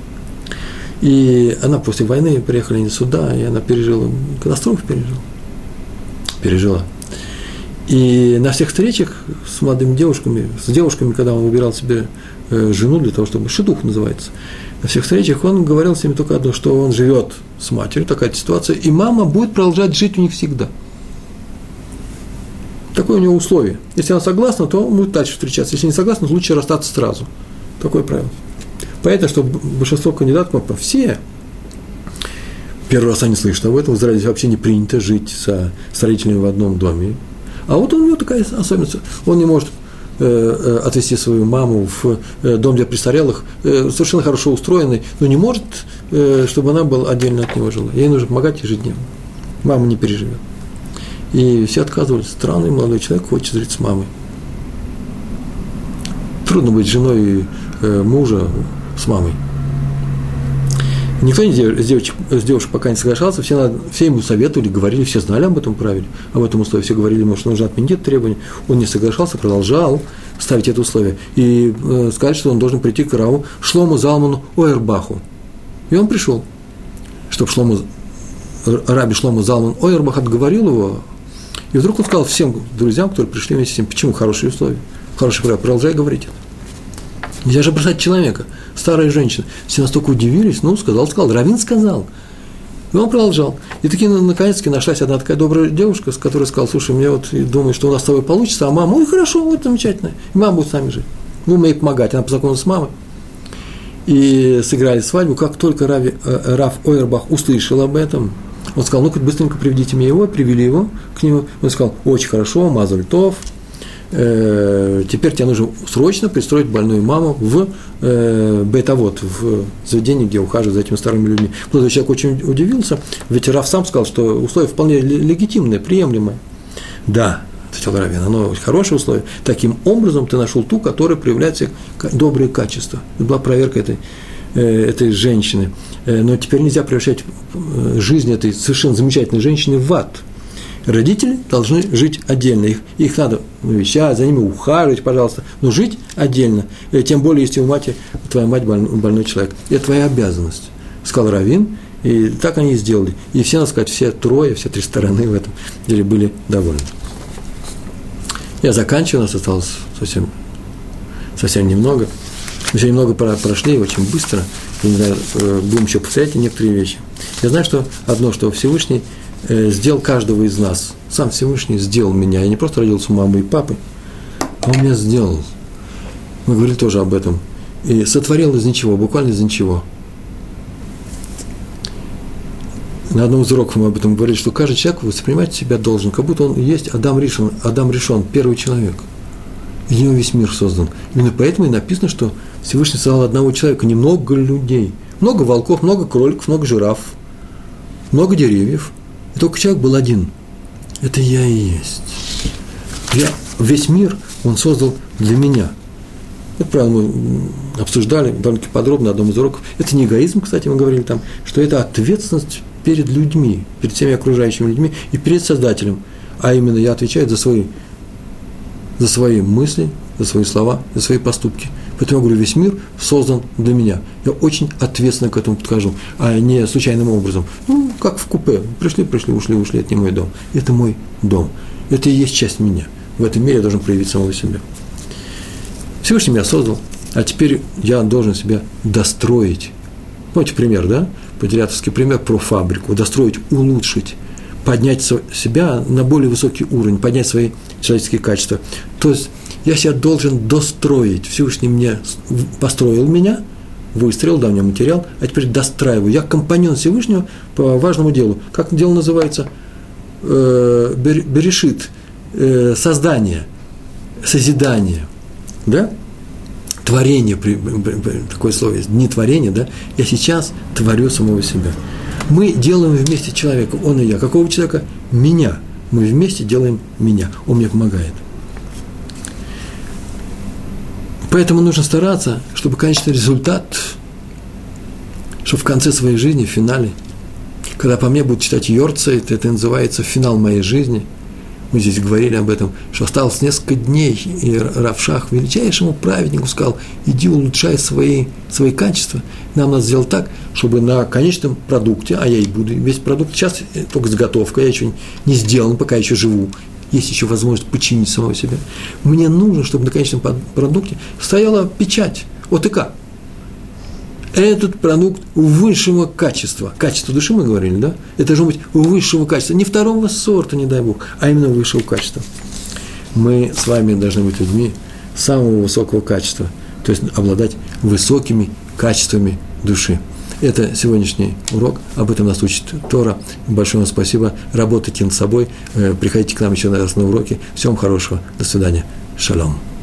И она после войны приехала не сюда, и она пережила, катастрофу пережила. Пережила. И на всех встречах с молодыми девушками, с девушками, когда он выбирал себе жену для того, чтобы шедух называется, на всех встречах он говорил с ними только одно, что он живет с матерью, такая ситуация, и мама будет продолжать жить у них всегда. Такое у него условие. Если она согласна, то он будет дальше встречаться. Если не согласна, то лучше расстаться сразу. Такое правило. Понятно, что большинство кандидатов, все, первый раз они слышат об этом, в Израиле вообще не принято жить со, с родителями в одном доме. А вот у него такая особенность, он не может э, отвезти свою маму в э, дом для престарелых, э, совершенно хорошо устроенный, но не может, э, чтобы она была отдельно от него жила. Ей нужно помогать ежедневно. Мама не переживет. И все отказывались. Странный молодой человек хочет жить с мамой. Трудно быть женой э, мужа с мамой. Никто не, с, девочек, с девушек пока не соглашался, все, надо, все ему советовали, говорили, все знали об этом правиле, об этом условии, все говорили ему, что нужно отменить это требование. Он не соглашался, продолжал ставить это условие. И э, сказать, что он должен прийти к раву Шлому Залману Ойербаху. И он пришел, чтобы Шлому, раби Шлому Залман Ойербах отговорил его. И вдруг он сказал всем друзьям, которые пришли вместе с ним, почему хорошие условия, хорошие правила, продолжай говорить это. Нельзя же бросать человека, старая женщина. Все настолько удивились, ну, сказал, сказал, раввин сказал. И он продолжал. И таки, наконец-таки, нашлась одна такая добрая девушка, с которой сказал, слушай, мне вот думаю, что у нас с тобой получится, а мама, ой, хорошо, вот замечательно, и мама будет с нами жить. Будем ей помогать, она познакомилась с мамой. И сыграли свадьбу. Как только Рави, э, Рав Ойербах услышал об этом, он сказал, ну-ка, быстренько приведите мне его, привели его к нему. Он сказал, очень хорошо, мазаль тов. Теперь тебе нужно срочно пристроить больную маму в э, бейт-авот, в заведение, где ухаживают за этими старыми людьми. Молодой человек очень удивился, ведь Рав сам сказал, что условия вполне легитимные, приемлемые. Да, ответил раввин, оно очень хорошее условие. Таким образом ты нашел ту, которая проявляет все добрые качества. Это была проверка этой, э, этой женщины. Э, но теперь нельзя превращать жизнь этой совершенно замечательной женщины в ад. Родители должны жить отдельно, их, их надо навещать, за ними ухаживать, пожалуйста, но жить отдельно, и тем более, если у матери, твоя мать больной, больной человек. Это твоя обязанность, сказал раввин, и так они и сделали. И все, надо сказать, все трое, все три стороны в этом деле были довольны. Я заканчиваю, у нас осталось совсем, совсем немного. Мы еще немного прошли, очень быстро, я не знаю, будем еще повторять некоторые вещи. Я знаю, что одно, что Всевышний сделал каждого из нас. Сам Всевышний сделал меня. Я не просто родился у мамы и папы, а он меня сделал. Мы говорили тоже об этом. И сотворил из ничего, буквально из ничего. На одном из уроков мы об этом говорили, что каждый человек воспринимать себя должен, как будто он есть Адам Ришон, Адам Ришон, первый человек. Из него весь мир создан. Именно поэтому и написано, что Всевышний создал одного человека, немного людей. Много волков, много кроликов, много жираф, много деревьев. И только человек был один. Это я и есть. Я, весь мир он создал для меня. Это правило мы обсуждали довольно-таки подробно на одном из уроков. Это не эгоизм, кстати, мы говорили там, что это ответственность перед людьми, перед всеми окружающими людьми и перед Создателем. А именно я отвечаю за свои, за свои мысли, за свои слова, за свои поступки. Поэтому я говорю, весь мир создан для меня. Я очень ответственно к этому подхожу, а не случайным образом. Ну, как в купе. Пришли, пришли, ушли, ушли. Это не мой дом. Это мой дом. Это и есть часть меня. В этом мире я должен проявить самого себя. Всевышний меня создал, а теперь я должен себя достроить. Помните пример, да? Потерятовский пример про фабрику. Достроить, улучшить, поднять себя на более высокий уровень, поднять свои человеческие качества. То есть я себя должен достроить. Всевышний мне построил меня, выстроил, дал мне материал, а теперь достраиваю. Я компаньон Всевышнего по важному делу. Как дело называется? Э, берешит, э, создание, созидание. Да? Творение, такое слово есть, не творение, да? Я сейчас творю самого себя. Мы делаем вместе человека, он и я. Какого человека? Меня. Мы вместе делаем меня. Он мне помогает. Поэтому нужно стараться, чтобы конечный результат, чтобы в конце своей жизни, в финале, когда по мне будут читать Йорцайт, это называется финал моей жизни, мы здесь говорили об этом, что осталось несколько дней, и Рав Шах величайшему праведнику сказал, иди улучшай свои, свои качества, нам надо сделать так, чтобы на конечном продукте, а я и буду весь продукт, сейчас только заготовка, я еще не сделан, пока еще живу, есть еще возможность починить самого себя. Мне нужно, чтобы на конечном продукте стояла печать ОТК. Этот продукт высшего качества. Качество души мы говорили, да? Это должно быть высшего качества. Не второго сорта, не дай Бог, а именно высшего качества. Мы с вами должны быть людьми самого высокого качества. То есть обладать высокими качествами души. Это сегодняшний урок, об этом нас учит Тора. Большое вам спасибо, работайте над собой, приходите к нам еще на уроки. Всем хорошего, до свидания, шалом.